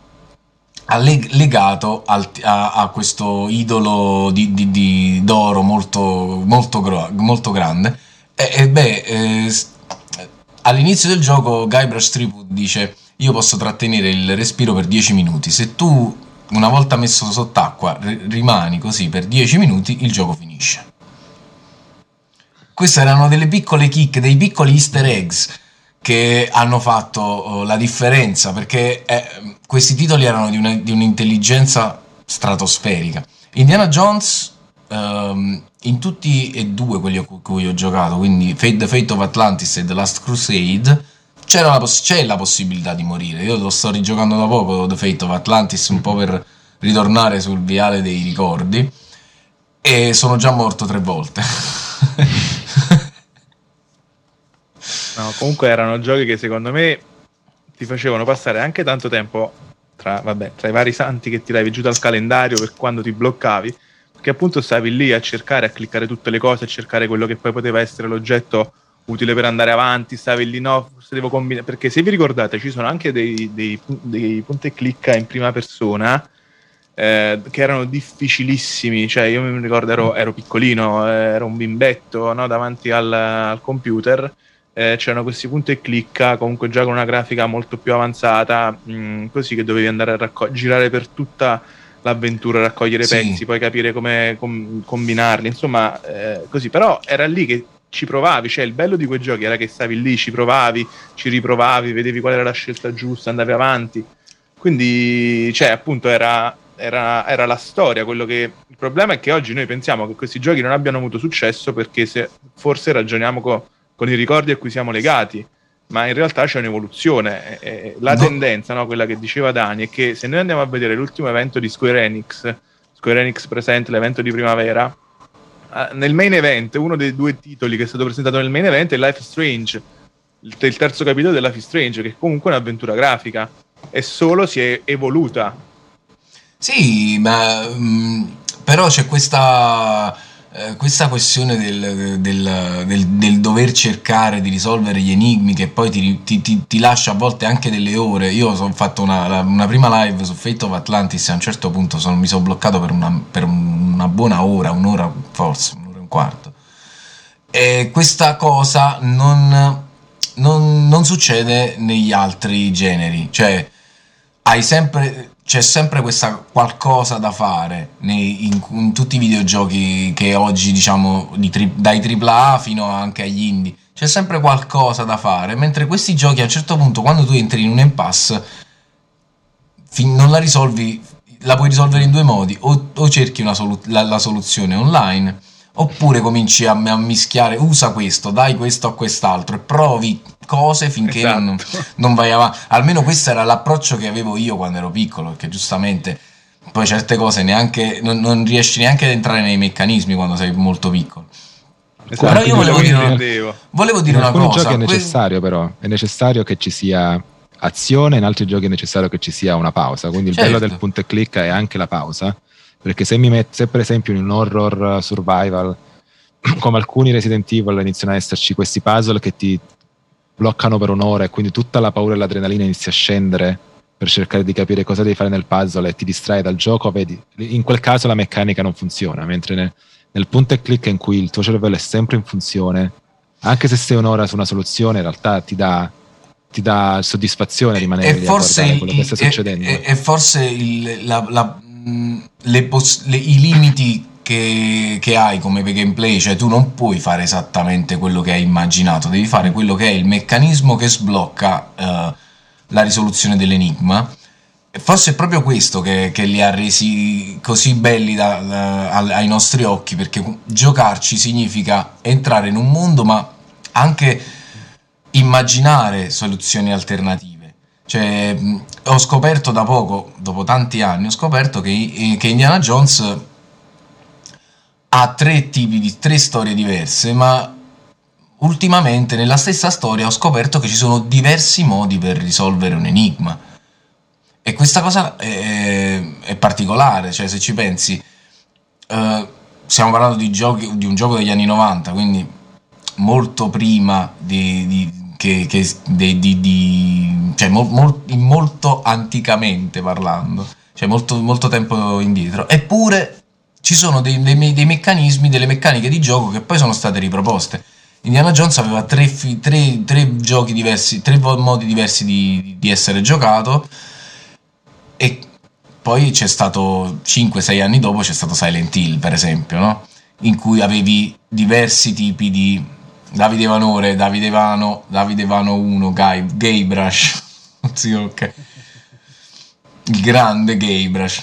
legato al, a, a questo idolo di, di, di, d'oro molto, molto, gro, molto grande. E, e beh, eh, all'inizio del gioco Guybrush Threepwood dice: io posso trattenere il respiro per dieci minuti. Se tu, una volta messo sott'acqua, r- rimani così per dieci minuti, il gioco finisce. Queste erano delle piccole chicche, dei piccoli easter eggs che hanno fatto oh, la differenza, perché eh, questi titoli erano di, una, di un'intelligenza stratosferica. Indiana Jones, um, in tutti e due quelli a cui ho giocato, quindi Fate, The Fate of Atlantis e The Last Crusade, c'era la poss- c'è la possibilità di morire. Io lo sto rigiocando da poco, The Fate of Atlantis, un po' per ritornare sul viale dei ricordi, e sono già morto tre volte. No, comunque erano giochi che secondo me ti facevano passare anche tanto tempo tra, vabbè, tra i vari santi che tiravi giù dal calendario per quando ti bloccavi, perché appunto stavi lì a cercare, a cliccare tutte le cose, a cercare quello che poi poteva essere l'oggetto utile per andare avanti, stavi lì, no, se devo combinare, perché se vi ricordate ci sono anche dei, dei, dei punti e clicca in prima persona eh, che erano difficilissimi, cioè io mi ricordo ero, ero piccolino, eh, ero un bimbetto, no, davanti al, al computer. Eh, c'erano questi punti e clicca comunque già con una grafica molto più avanzata, mh, così che dovevi andare a racco- girare per tutta l'avventura, raccogliere Sì. pezzi, poi capire come com- combinarli, insomma eh, così, però era lì che ci provavi, cioè il bello di quei giochi era che stavi lì, ci provavi, ci riprovavi, vedevi qual era la scelta giusta, andavi avanti, quindi cioè appunto era, era, era la storia. Quello che il problema è che oggi noi pensiamo che questi giochi non abbiano avuto successo perché se forse ragioniamo con con i ricordi a cui siamo legati, ma in realtà c'è un'evoluzione. Eh, la No. tendenza, no, quella che diceva Dani, è che se noi andiamo a vedere l'ultimo evento di Square Enix, Square Enix presente, l'evento di primavera, eh, nel main event, uno dei due titoli che è stato presentato nel main event è Life is Strange, il, il terzo capitolo di Life is Strange, che è comunque un'avventura grafica, e solo si è evoluta. Sì, ma mh, però c'è questa, eh, questa questione del, del- del- del dover cercare di risolvere gli enigmi che poi ti, ti- ti- ti lascia a volte anche delle ore. Io ho fatto una, la- una prima live su Fate of Atlantis e a un certo punto sono- mi sono bloccato per una, per una buona ora, un'ora forse, un'ora e un quarto. E questa cosa non, non- non succede negli altri generi, cioè hai sempre, c'è sempre questa qualcosa da fare nei- in, in tutti i videogiochi che oggi diciamo di tri- dai tripla A fino anche agli indie, c'è sempre qualcosa da fare, mentre questi giochi a un certo punto quando tu entri in un impasse fin- non la risolvi, la puoi risolvere in due modi, o, o cerchi una solu- la, la soluzione online, oppure cominci a, a mischiare, usa questo, dai questo a quest'altro e provi cose finché non, Esatto. non vai avanti. Almeno questo era l'approccio che avevo io quando ero piccolo, perché giustamente poi certe cose neanche, non, non riesci neanche ad entrare nei meccanismi quando sei molto piccolo. Però Esatto, io quello volevo che dire una, intendevo. volevo In dire una alcuni giochi cosa, è que- necessario, però, è necessario che ci sia azione, in altri giochi è necessario che ci sia una pausa. Quindi il bello del certo, punto e clic è anche la pausa, perché se mi met- se per esempio in un horror survival, come alcuni Resident Evil, iniziano ad esserci questi puzzle che ti bloccano per un'ora e quindi tutta la paura e l'adrenalina inizia a scendere per cercare di capire cosa devi fare nel puzzle e ti distrae dal gioco, vedi, in quel caso la meccanica non funziona, mentre nel, nel punto e clic in cui il tuo cervello è sempre in funzione, anche se sei un'ora su una soluzione, in realtà ti dà, ti dà soddisfazione e, rimanere e lì a forse, guardare il, quello che sta e, succedendo. e- e forse il- la- la- mh, le poss- le- i limiti che, che hai come gameplay, cioè tu non puoi fare esattamente quello che hai immaginato, devi fare quello che è il meccanismo che sblocca eh, la risoluzione dell'enigma. E forse è proprio questo che, che li ha resi così belli da- da- al- ai nostri occhi, perché giocarci significa entrare in un mondo, ma anche immaginare soluzioni alternative. Cioè, mh, ho scoperto da poco, dopo tanti anni, ho scoperto che, eh, che Indiana Jones ha tre tipi di tre storie diverse, ma ultimamente nella stessa storia ho scoperto che ci sono diversi modi per risolvere un enigma. E questa cosa è, è particolare, cioè se ci pensi, eh, stiamo parlando di, giochi, di un gioco degli anni novanta, quindi molto prima di, di- che, che- di, di- di- cioè mol- mol- molto anticamente parlando, cioè molto, molto tempo indietro. Eppure ci sono dei, dei me- dei meccanismi, delle meccaniche di gioco che poi sono state riproposte. Indiana Jones aveva tre, fi- tre- tre giochi diversi, tre vo- modi diversi di, di essere giocato, e poi c'è stato cinque sei anni dopo c'è stato Silent Hill, per esempio, no? In cui avevi diversi tipi di Davide Vanore, Davide Vano, Davide Vano uno, Guy, Guybrush. Sì, ok. Il grande Guybrush.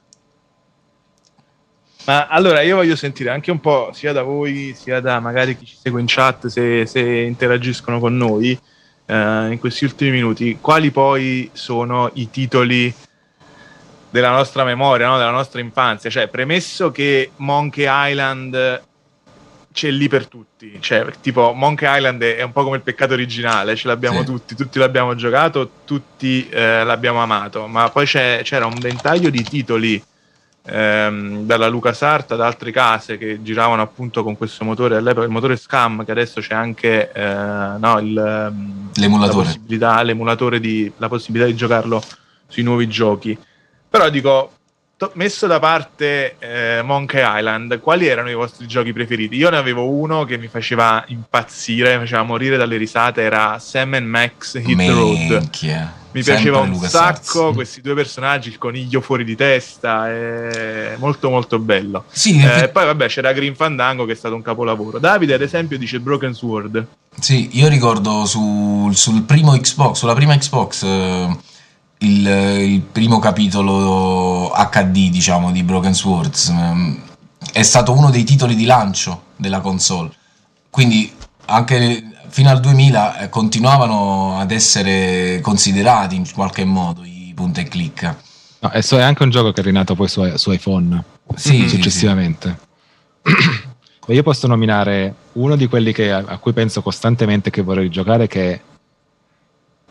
Ma allora io voglio sentire anche un po' sia da voi sia da magari chi ci segue in chat se, se interagiscono con noi eh, in questi ultimi minuti, quali poi sono i titoli della nostra memoria, no? Della nostra infanzia, cioè premesso che Monkey Island c'è lì per tutti, cioè tipo Monkey Island è un po' come il peccato originale, ce l'abbiamo Sì. tutti, tutti l'abbiamo giocato, tutti eh, l'abbiamo amato, ma poi c'è, c'era un ventaglio di titoli ehm, dalla LucasArts ad altre case che giravano appunto con questo motore all'epoca, il motore SCUMM, che adesso c'è anche eh, no, il, ehm, L'emulatore. la possibilità, l'emulatore di, la possibilità di giocarlo sui nuovi giochi. Però dico, to- messo da parte eh, Monkey Island, quali erano i vostri giochi preferiti? Io ne avevo uno che mi faceva impazzire, mi faceva morire dalle risate, era Sam and Max Hit the Road. Minchia. Mi Sempre piaceva un LucasArts. sacco questi due personaggi, il coniglio fuori di testa, è molto molto bello. Sì, Eh, effe- poi vabbè c'era Green Fandango che è stato un capolavoro. Davide ad esempio dice Broken Sword. sì, io ricordo sul, sul primo Xbox, sulla prima Xbox, eh, il, il primo capitolo acca di, diciamo, di Broken Swords. ehm, È stato uno dei titoli di lancio della console. Quindi anche fino al duemila eh, continuavano ad essere considerati in qualche modo i punta e clicca. No, e so, è anche un gioco che è rinato poi su, su iPhone Sì, sì, successivamente. E io posso nominare uno di quelli che, a, a cui penso costantemente che vorrei giocare, che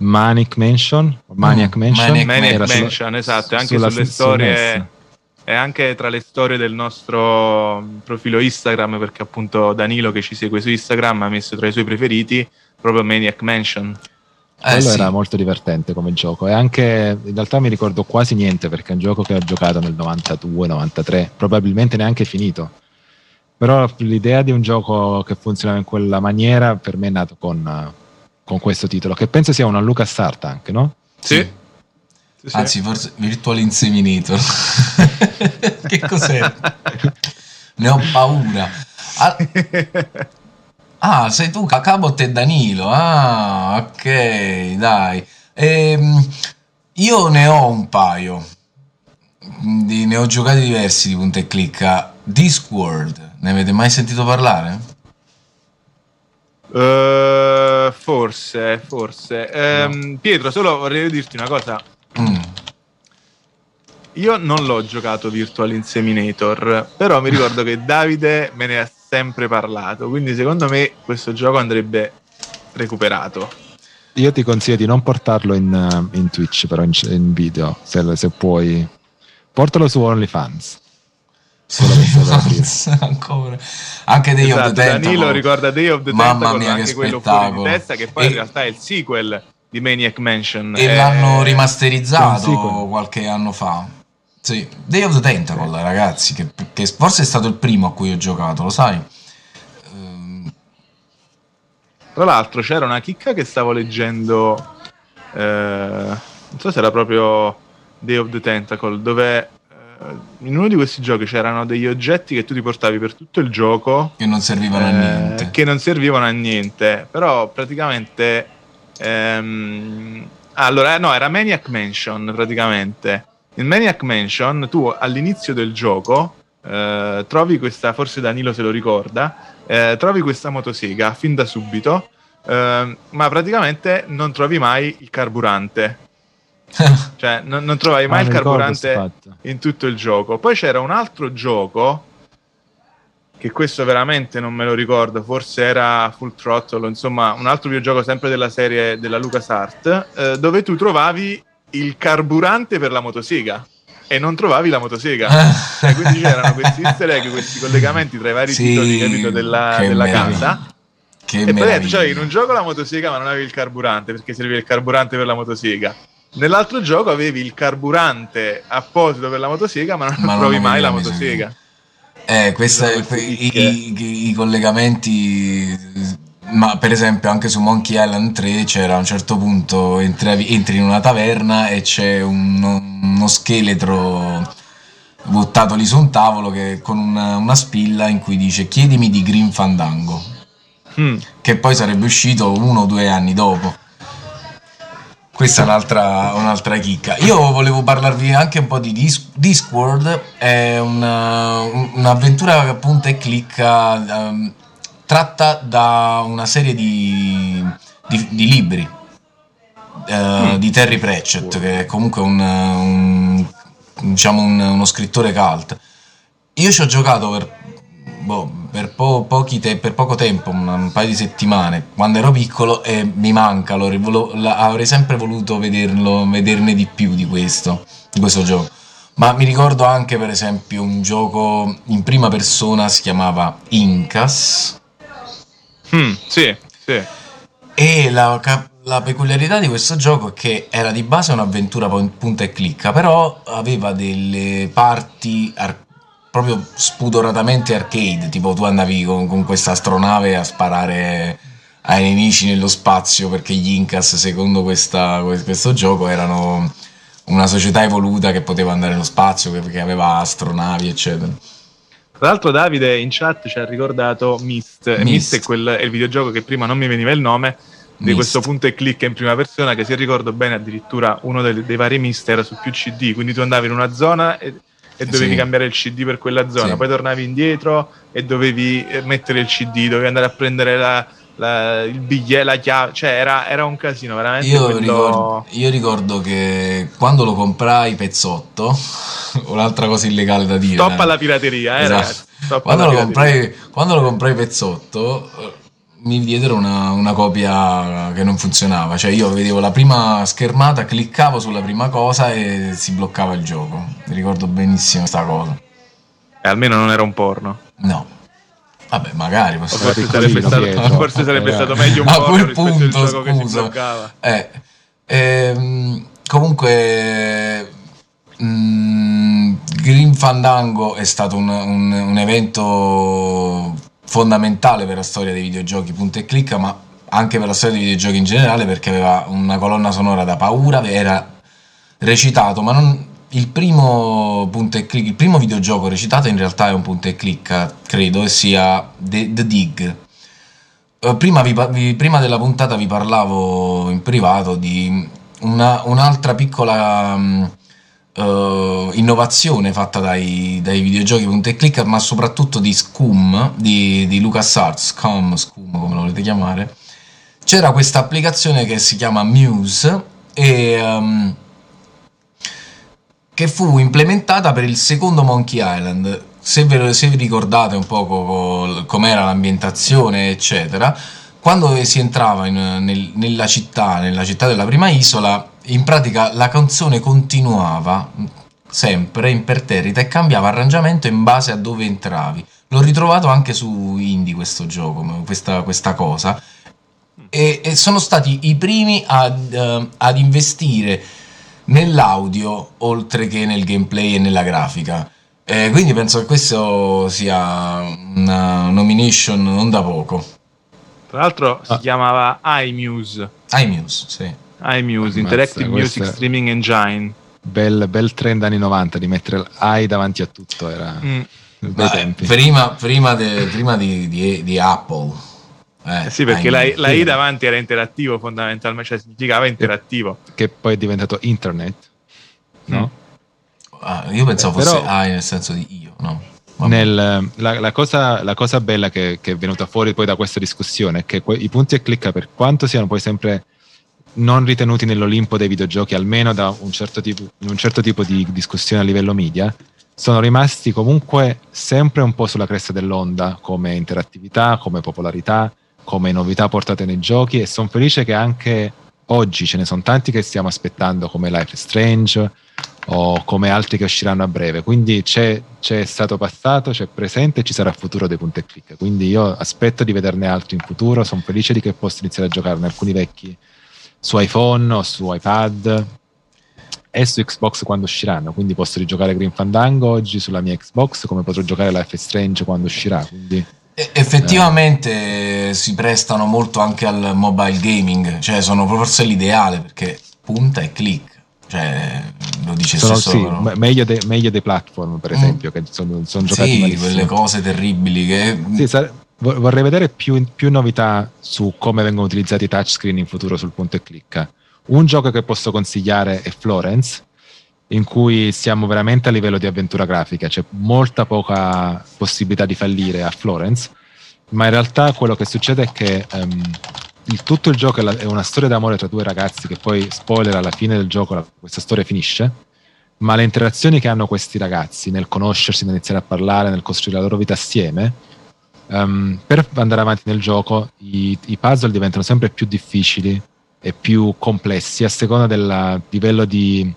Manic Mansion, Maniac Mansion, Maniac, Maniac era Mansion, su, esatto, anche sulla sulle storie, è anche tra le storie del nostro profilo Instagram, perché appunto Danilo, che ci segue su Instagram, ha messo tra i suoi preferiti proprio Maniac Mansion. Quello Eh, sì. era molto divertente come gioco, e anche in realtà mi ricordo quasi niente perché è un gioco che ho giocato nel novantadue novantatré, probabilmente neanche finito, però l'idea di un gioco che funzionava in quella maniera per me è nato con, con questo titolo, che penso sia una LucasArts anche, no? Sì, Sì. sì, sì. Anzi, forse Virtual Inseminator. Che cos'è? Ne ho paura. Ah, ah, sei tu, Cabot e Danilo. Ah, ok, dai. Ehm, io ne ho un paio. Di- ne ho giocati diversi di punta e clicca. Discworld, ne avete mai sentito parlare? Uh, forse, forse. Ehm, Pietro, solo vorrei dirti una cosa. Mm. Io non l'ho giocato Virtual Inseminator, però mi ricordo che Davide me ne ha sempre parlato, quindi secondo me questo gioco andrebbe recuperato. Io ti consiglio di non portarlo in, in Twitch, però in, in video, se, se puoi. Portalo su OnlyFans. Ancora. Anche Day esatto, of the Tentacle. Danilo ricorda Day of the Mamma Tentacle, mia, anche che quello fuori spettacolo. di testa, che poi e, in realtà è il sequel di Maniac Mansion. E è... l'hanno C'è rimasterizzato un qualche anno fa. Sì, Day of the Tentacle, sì. Ragazzi, che, che forse è stato il primo a cui ho giocato, lo sai? Ehm, Tra l'altro c'era una chicca che stavo leggendo, eh, non so se era proprio Day of the Tentacle, dove in uno di questi giochi c'erano degli oggetti che tu ti portavi per tutto il gioco che non servivano eh, a niente. Che non servivano a niente, però praticamente ehm, allora no, era Maniac Mansion praticamente. In Maniac Mansion tu all'inizio del gioco eh, trovi questa, forse Danilo se lo ricorda, eh, trovi questa motosega fin da subito, eh, ma praticamente non trovi mai il carburante. Cioè non, non trovavi mai ah, il carburante in tutto il gioco. Poi c'era un altro gioco che questo veramente non me lo ricordo, forse era Full Throttle, insomma un altro videogioco sempre della serie della LucasArts, eh, dove tu trovavi il carburante per la motosega e non trovavi la motosega. Cioè, quindi c'erano questi easter egg, questi collegamenti tra i vari sì, titoli, capito, della, della casa. Che e poi cioè, in un gioco la motosega ma non avevi il carburante perché serviva il carburante per la motosega. Nell'altro gioco avevi il carburante apposito per la motosega, ma non ma trovi non mai la motosega. Eh, questa, que, i, i, i collegamenti, ma per esempio anche su Monkey Island tre c'era a un certo punto, entri, entri in una taverna e c'è uno, uno scheletro buttato lì su un tavolo che con una, una spilla in cui dice chiedimi di Green Fandango, hmm. che poi sarebbe uscito uno o due anni dopo. Questa è un'altra, un'altra chicca. Io volevo parlarvi anche un po' di Dis- Discworld, è una, un'avventura che punta e clicca um, tratta da una serie di, di, di libri uh, mm. di Terry Pratchett, che è comunque un, un, diciamo un, uno scrittore cult. Io ci ho giocato per, boh, per, po- pochi te- per poco tempo, un, un paio di settimane, quando ero piccolo, e mi manca, lo, lo, la, avrei sempre voluto vederlo, vederne di più di questo, di questo gioco. Ma mi ricordo anche per esempio un gioco in prima persona, si chiamava Incas. Mm, sì, sì. E la, la peculiarità di questo gioco è che era di base un'avventura punta e clicca, però aveva delle parti ar- proprio spudoratamente arcade, tipo tu andavi con, con questa astronave a sparare ai nemici nello spazio, perché gli Incas, secondo questa, questo gioco, erano una società evoluta che poteva andare nello spazio, che aveva astronavi eccetera. Tra l'altro Davide in chat ci ha ricordato Myst. Myst, Myst è, quel, è il videogioco che prima non mi veniva il nome, di Myst. Questo punto e clicca in prima persona, che se ricordo bene addirittura uno dei, dei vari Myst era su più C D, quindi tu andavi in una zona e, e dovevi sì. cambiare il C D per quella zona, sì. poi tornavi indietro e dovevi mettere il C D, dovevi andare a prendere la, la, il biglietto, la chiave, cioè era, era un casino veramente. Io, quello... ricordo, io ricordo che quando lo comprai pezzotto, un'altra cosa illegale da dire, stop alla pirateria, eh, esatto. ragazzi, stop quando, alla lo pirateria. comprai, quando lo comprai pezzotto mi diedero una, una copia che non funzionava, cioè io vedevo la prima schermata, cliccavo sulla prima cosa e si bloccava il gioco. Mi ricordo benissimo sta cosa. E almeno non era un porno. No. Vabbè, magari o forse sarebbe, stato, forse sarebbe stato meglio un a porno quel rispetto punto, al gioco scusa. che si bloccava. Eh, ehm, comunque mh, Grim Fandango è stato un, un, un evento fondamentale per la storia dei videogiochi punta e clicca, ma anche per la storia dei videogiochi in generale, perché aveva una colonna sonora da paura, era recitato, ma non il primo punta e click, il primo videogioco recitato in realtà è un punta e clicca, credo, e sia The, The Dig. Uh, prima, vi, vi, prima della puntata vi parlavo in privato di una, un'altra piccola um, uh, innovazione fatta dai, dai videogiochi punta e clicca, ma soprattutto di Scum, di, di LucasArts, Scum, Scum come lo volete chiamare. C'era questa applicazione che si chiama Muse e um, che fu implementata per il secondo Monkey Island. Se, ve, se vi ricordate un po' com'era l'ambientazione eccetera, quando si entrava in, nel, nella città nella città della prima isola, in pratica la canzone continuava sempre imperterrita e cambiava arrangiamento in base a dove entravi. L'ho ritrovato anche su Indie questo gioco, questa, questa cosa, e, e sono stati i primi ad, uh, ad investire nell'audio oltre che nel gameplay e nella grafica, eh, quindi penso che questo sia una nomination non da poco. Tra l'altro si ah. chiamava iMuse iMuse, sì. iMuse, Interactive Music Streaming Engine. Bel, bel trend anni novanta di mettere l'i davanti a tutto, era mm. bei tempi. Prima, prima, de, prima di, di, di Apple. Eh, eh sì, perché la, la I davanti era interattivo fondamentalmente, cioè significava interattivo. Che poi è diventato internet, no? Mm. Ah, io pensavo eh, fosse però, I nel senso di io, no? Nel, la, la, cosa, la cosa bella che, che è venuta fuori poi da questa discussione è che que, i punti e clicca, per quanto siano poi sempre non ritenuti nell'Olimpo dei videogiochi, almeno da un certo tipo, un certo tipo di discussione a livello media, sono rimasti comunque sempre un po' sulla cresta dell'onda come interattività, come popolarità, come novità portate nei giochi, e sono felice che anche oggi ce ne sono tanti che stiamo aspettando, come Life is Strange o come altri che usciranno a breve. Quindi c'è, c'è stato passato, c'è presente e ci sarà futuro dei punti e click, quindi io aspetto di vederne altri in futuro. Sono felice di che posso iniziare a giocarne alcuni vecchi su iPhone o su iPad e su Xbox quando usciranno, quindi posso rigiocare Grim Fandango oggi sulla mia Xbox, come potrò giocare Life is Strange quando uscirà, quindi effettivamente eh. si prestano molto anche al mobile gaming, cioè sono forse l'ideale, perché punta e click, cioè lo dice sono, stesso, sì, però. meglio, de, meglio dei platform per esempio, mm. che sono, sono giocati sì, malissimo. Quelle cose terribili che sì, sare- vorrei vedere più, più novità su come vengono utilizzati i touchscreen in futuro sul punto e clicca. Un gioco che posso consigliare è Florence, in cui siamo veramente a livello di avventura grafica, c'è molta poca possibilità di fallire a Florence, ma in realtà quello che succede è che um, il, tutto il gioco è, la, è una storia d'amore tra due ragazzi, che poi, spoiler, alla fine del gioco la, questa storia finisce, ma le interazioni che hanno questi ragazzi nel conoscersi, nel iniziare a parlare, nel costruire la loro vita assieme, um, per andare avanti nel gioco i, i puzzle diventano sempre più difficili e più complessi a seconda del livello di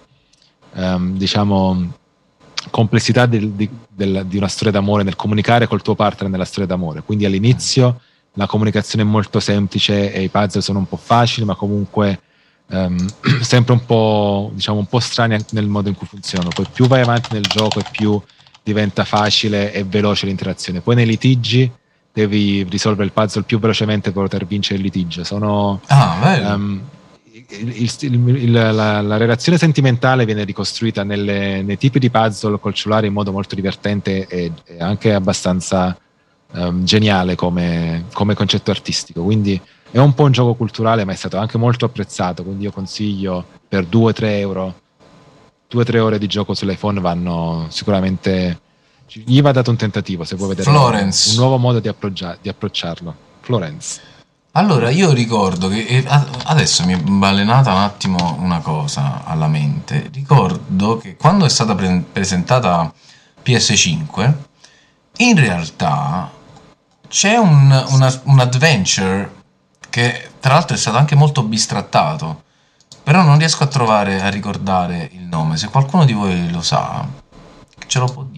Um, diciamo complessità di, di, del, di una storia d'amore, nel comunicare col tuo partner nella storia d'amore. Quindi all'inizio la comunicazione è molto semplice e i puzzle sono un po' facili, ma comunque um, sempre un po', diciamo, un po' strani nel modo in cui funzionano. Poi più vai avanti nel gioco e più diventa facile e veloce l'interazione. Poi nei litigi devi risolvere il puzzle più velocemente per poter vincere il litigio. Sono ah, bello. Um, Il, il, il, la, la relazione sentimentale viene ricostruita nelle, nei tipi di puzzle col cellulare in modo molto divertente e, e anche abbastanza um, geniale come, come concetto artistico, quindi è un po' un gioco culturale, ma è stato anche molto apprezzato, quindi io consiglio per due o tre euro due o tre ore di gioco sull'iPhone vanno sicuramente, gli va dato un tentativo se vuoi vedere Florence. un nuovo modo di, approccia, di approcciarlo. Florence. Allora, io ricordo che adesso mi è balenata un attimo una cosa alla mente. Ricordo che quando è stata pre- presentata P S cinque, in realtà c'è un, una, un adventure che tra l'altro è stato anche molto bistrattato, però non riesco a trovare, a ricordare il nome. Se qualcuno di voi lo sa, ce lo può dire.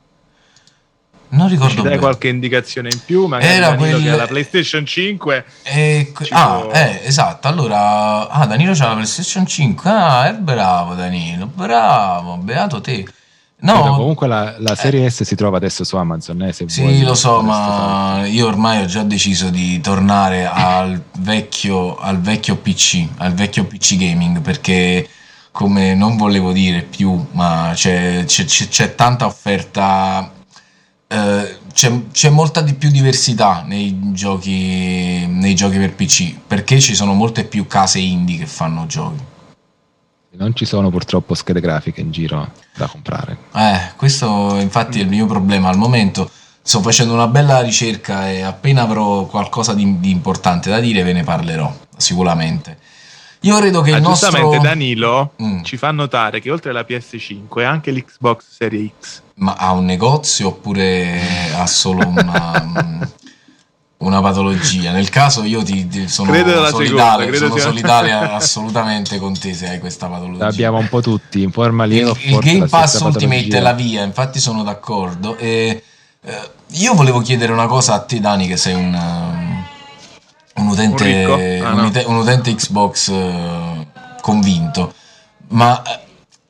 Non ricordo Ci dai bene. qualche indicazione in più? Magari Era Danilo quel... che ha la PlayStation cinque. E... ci Ah, può- eh, esatto. Allora, ah, Danilo c'ha la PlayStation cinque. Ah, è bravo Danilo, bravo, beato te. Credo No, comunque la, la eh, serie S si trova adesso su Amazon, eh, se sì, vuoi lo so, fare sto salto. ma io ormai ho già deciso di tornare al vecchio, al vecchio P C, al vecchio P C gaming, perché come non volevo dire più, ma c'è, c'è- c'è- c'è tanta offerta, eh, c'è, c'è molta di più diversità nei giochi, nei giochi per P C, perché ci sono molte più case indie che fanno giochi. Non ci sono purtroppo schede grafiche in giro da comprare. Eh, questo infatti è il mio problema al momento. Sto facendo una bella ricerca e appena avrò qualcosa di, di importante da dire ve ne parlerò, sicuramente. Io credo che Ah, il nostro... giustamente Danilo Mm. ci fa notare che oltre alla P S cinque anche l'Xbox Series X. Ma ha un negozio oppure ha solo una, una patologia? Nel caso io ti, ti- sono Credo la solidale, seconda, credo sono sia- solidale assolutamente con te se hai questa patologia. L'abbiamo un po' tutti, informali Il, io, il forse Game la Pass stessa Ultimate patologia. è la via, infatti sono d'accordo. E, eh, io volevo chiedere una cosa a te, Dani, che sei un, um, un utente, Un ricco? Ah, un no. ute- un utente Xbox eh, convinto, ma eh,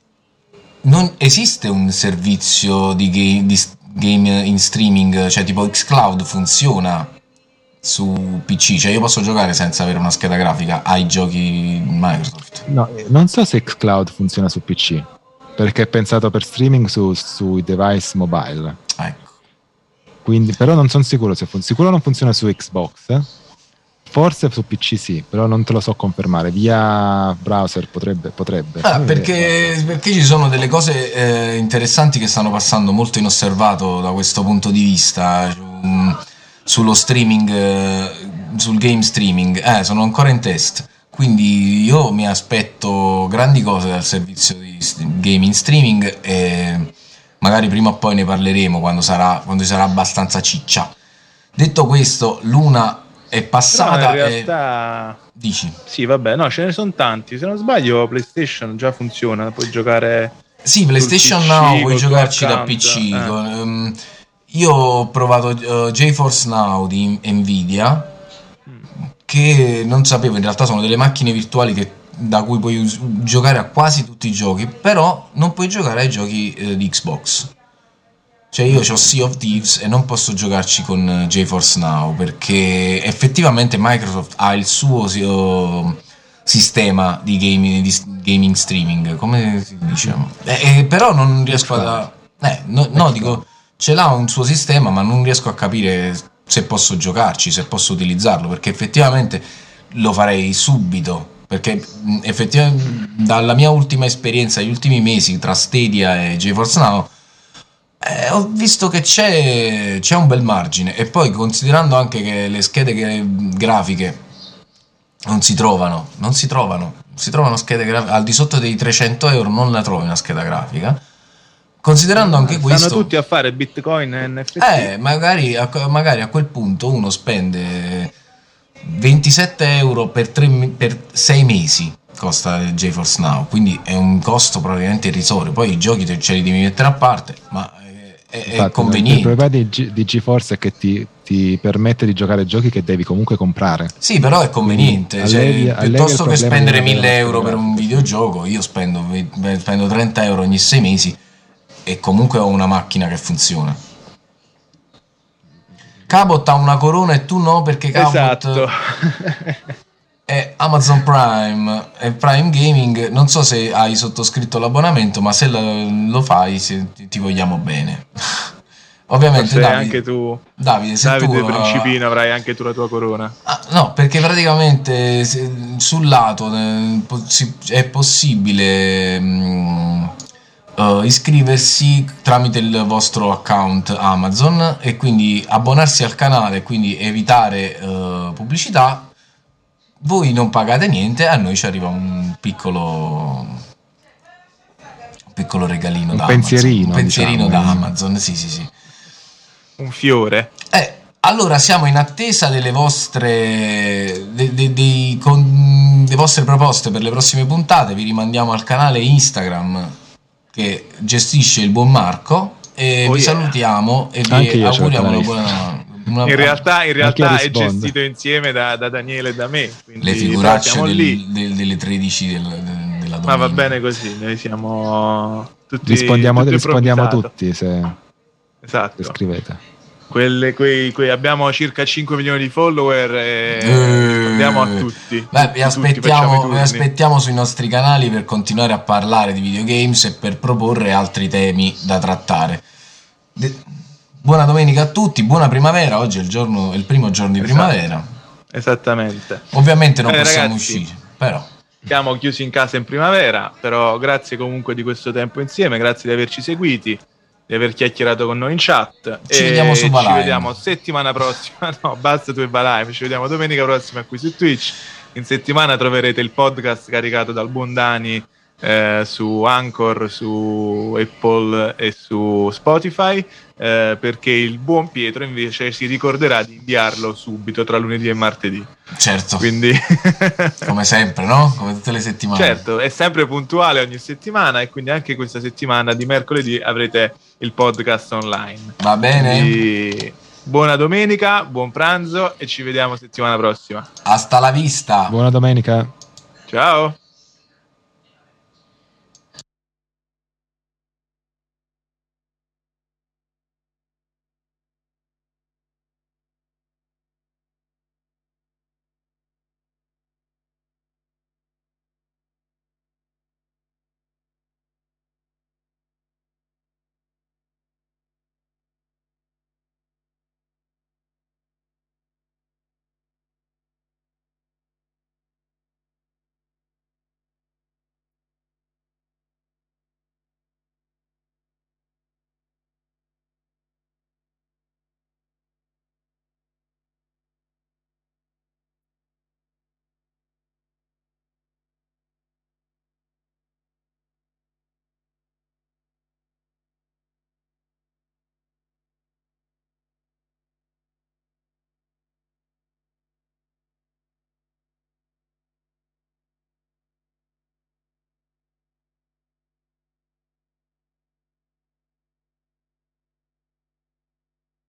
non esiste un servizio di game, di s- game in streaming, cioè tipo xCloud funziona su P C, cioè io posso giocare senza avere una scheda grafica ai giochi Microsoft. No, eh, non so se xCloud funziona su P C, perché è pensato per streaming su- sui device mobile. Ecco. Quindi, però non sono sicuro se funziona. Sicuro non funziona su Xbox. eh. Forse su P C sì, però non te lo so confermare. Via browser potrebbe. potrebbe. Ah, Eh, perché, perché ci sono delle cose eh, interessanti che stanno passando molto inosservato da questo punto di vista mm, sullo streaming, eh, sul game streaming. Eh, sono ancora in test, quindi io mi aspetto grandi cose dal servizio di st- gaming streaming e magari prima o poi ne parleremo quando sarà, quando ci sarà abbastanza ciccia. Detto questo, l'una è Però passata in e... realtà Dici? sì, vabbè, no, ce ne sono tanti. Se non sbaglio, PlayStation già funziona, puoi giocare. Sì, PlayStation P C, Now puoi col tuo giocarci da account, P C. eh. con- ehm, io ho provato eh, GeForce Now di Nvidia, che non sapevo, in realtà sono delle macchine virtuali che- da cui puoi us- giocare a quasi tutti i giochi, però non puoi giocare ai giochi eh, di Xbox. Cioè io ho Sea of Thieves e non posso giocarci con eh, GeForce Now perché effettivamente Microsoft ha il suo si- oh, sistema di gaming, di s- gaming streaming, come si dice? Eh, eh, però non riesco a... Eh, no, no, dico, ce l'ha un suo sistema ma non riesco a capire se posso giocarci, se posso utilizzarlo, perché effettivamente lo farei subito. Perché mh, effettivamente dalla mia ultima esperienza, gli ultimi mesi tra Stadia e GeForce Now, eh, ho visto che c'è, c'è un bel margine. E poi considerando anche che le schede che- grafiche non si trovano, non si trovano, si trovano schede grafiche al di sotto dei trecento euro, non la trovi una scheda grafica. Considerando anche Stanno questo, tutti a fare Bitcoin e N F T. eh, magari, a, magari a quel punto uno spende ventisette euro per, tre me- per sei mesi costa il GeForce Now, quindi è un costo praticamente irrisorio. Poi i giochi te ce li devi mettere a parte, ma è, è- è Infatti, conveniente. il problema di, G- di GeForce è che ti, ti permette di giocare giochi che devi comunque comprare. Sì, però è conveniente. Quindi Cioè, allevi- allevi piuttosto il che problema spendere di non avere mille una euro scheda per un grafica. videogioco, io spendo, ve- spendo trenta euro ogni sei mesi e comunque ho una macchina che funziona. Cabot ha una corona e tu no, perché Cabot Esatto. è Amazon Prime e Prime Gaming. Non so se hai sottoscritto l'abbonamento, ma se lo, lo fai se ti, ti vogliamo bene. Ovviamente Forse Davide, anche tu, Davide, se Davide tu, Principino, avrai anche tu la tua corona. Ah, no, perché praticamente se- sul lato eh, po- si- è possibile mh, eh, iscriversi tramite il vostro account Amazon e quindi abbonarsi al canale, quindi evitare eh, pubblicità. Voi non pagate niente, a noi ci arriva un piccolo un piccolo regalino Un da pensierino, Amazon, un pensierino diciamo, da eh. Amazon, sì sì sì. Un fiore. Eh, allora siamo in attesa delle vostre de, de, dei, con, le vostre proposte per le prossime puntate. Vi rimandiamo al canale Instagram che gestisce il buon Marco e Oh, vi yeah. salutiamo e Anche vi io c'ho il auguriamo una canale buona una, In realtà, in realtà Anche è io rispondo. gestito insieme da, da Daniele e da me. Quindi le però figuracce siamo del, lì. del, delle tredici del, del, della domenica. Ma va bene così, noi siamo tutti rispondiamo, tutto rispondiamo improvvisato. tutti se, Esatto. se scrivete. Quelle, quei, quei, abbiamo circa cinque milioni di follower e Eh, rispondiamo a tutti. Beh, tutti, vi tutti, facciamo i aspettiamo, vi turni. aspettiamo sui nostri canali per continuare a parlare di videogames e per proporre altri temi da trattare. De- buona domenica a tutti, buona primavera. Oggi è il, giorno, è il primo giorno di Esatto. primavera. Esattamente. Ovviamente non Bene, possiamo ragazzi. uscire, però. Siamo chiusi in casa in primavera, però grazie comunque di questo tempo insieme, grazie di averci seguiti, di aver chiacchierato con noi in chat. Ci e vediamo su Ci Valheim. vediamo settimana prossima, no, basta tu e Valheim, ci vediamo domenica prossima qui su Twitch. In settimana troverete il podcast caricato dal buon Dani eh, su Anchor, su Apple e su Spotify, eh, perché il buon Pietro invece si ricorderà di inviarlo subito tra lunedì e martedì. Certo, Quindi come sempre, no? Come tutte le settimane. certo, è sempre puntuale ogni settimana e quindi anche questa settimana di mercoledì avrete il podcast online. Va bene? Quindi, buona domenica, buon pranzo e ci vediamo settimana prossima. Hasta la vista. Buona domenica. Ciao!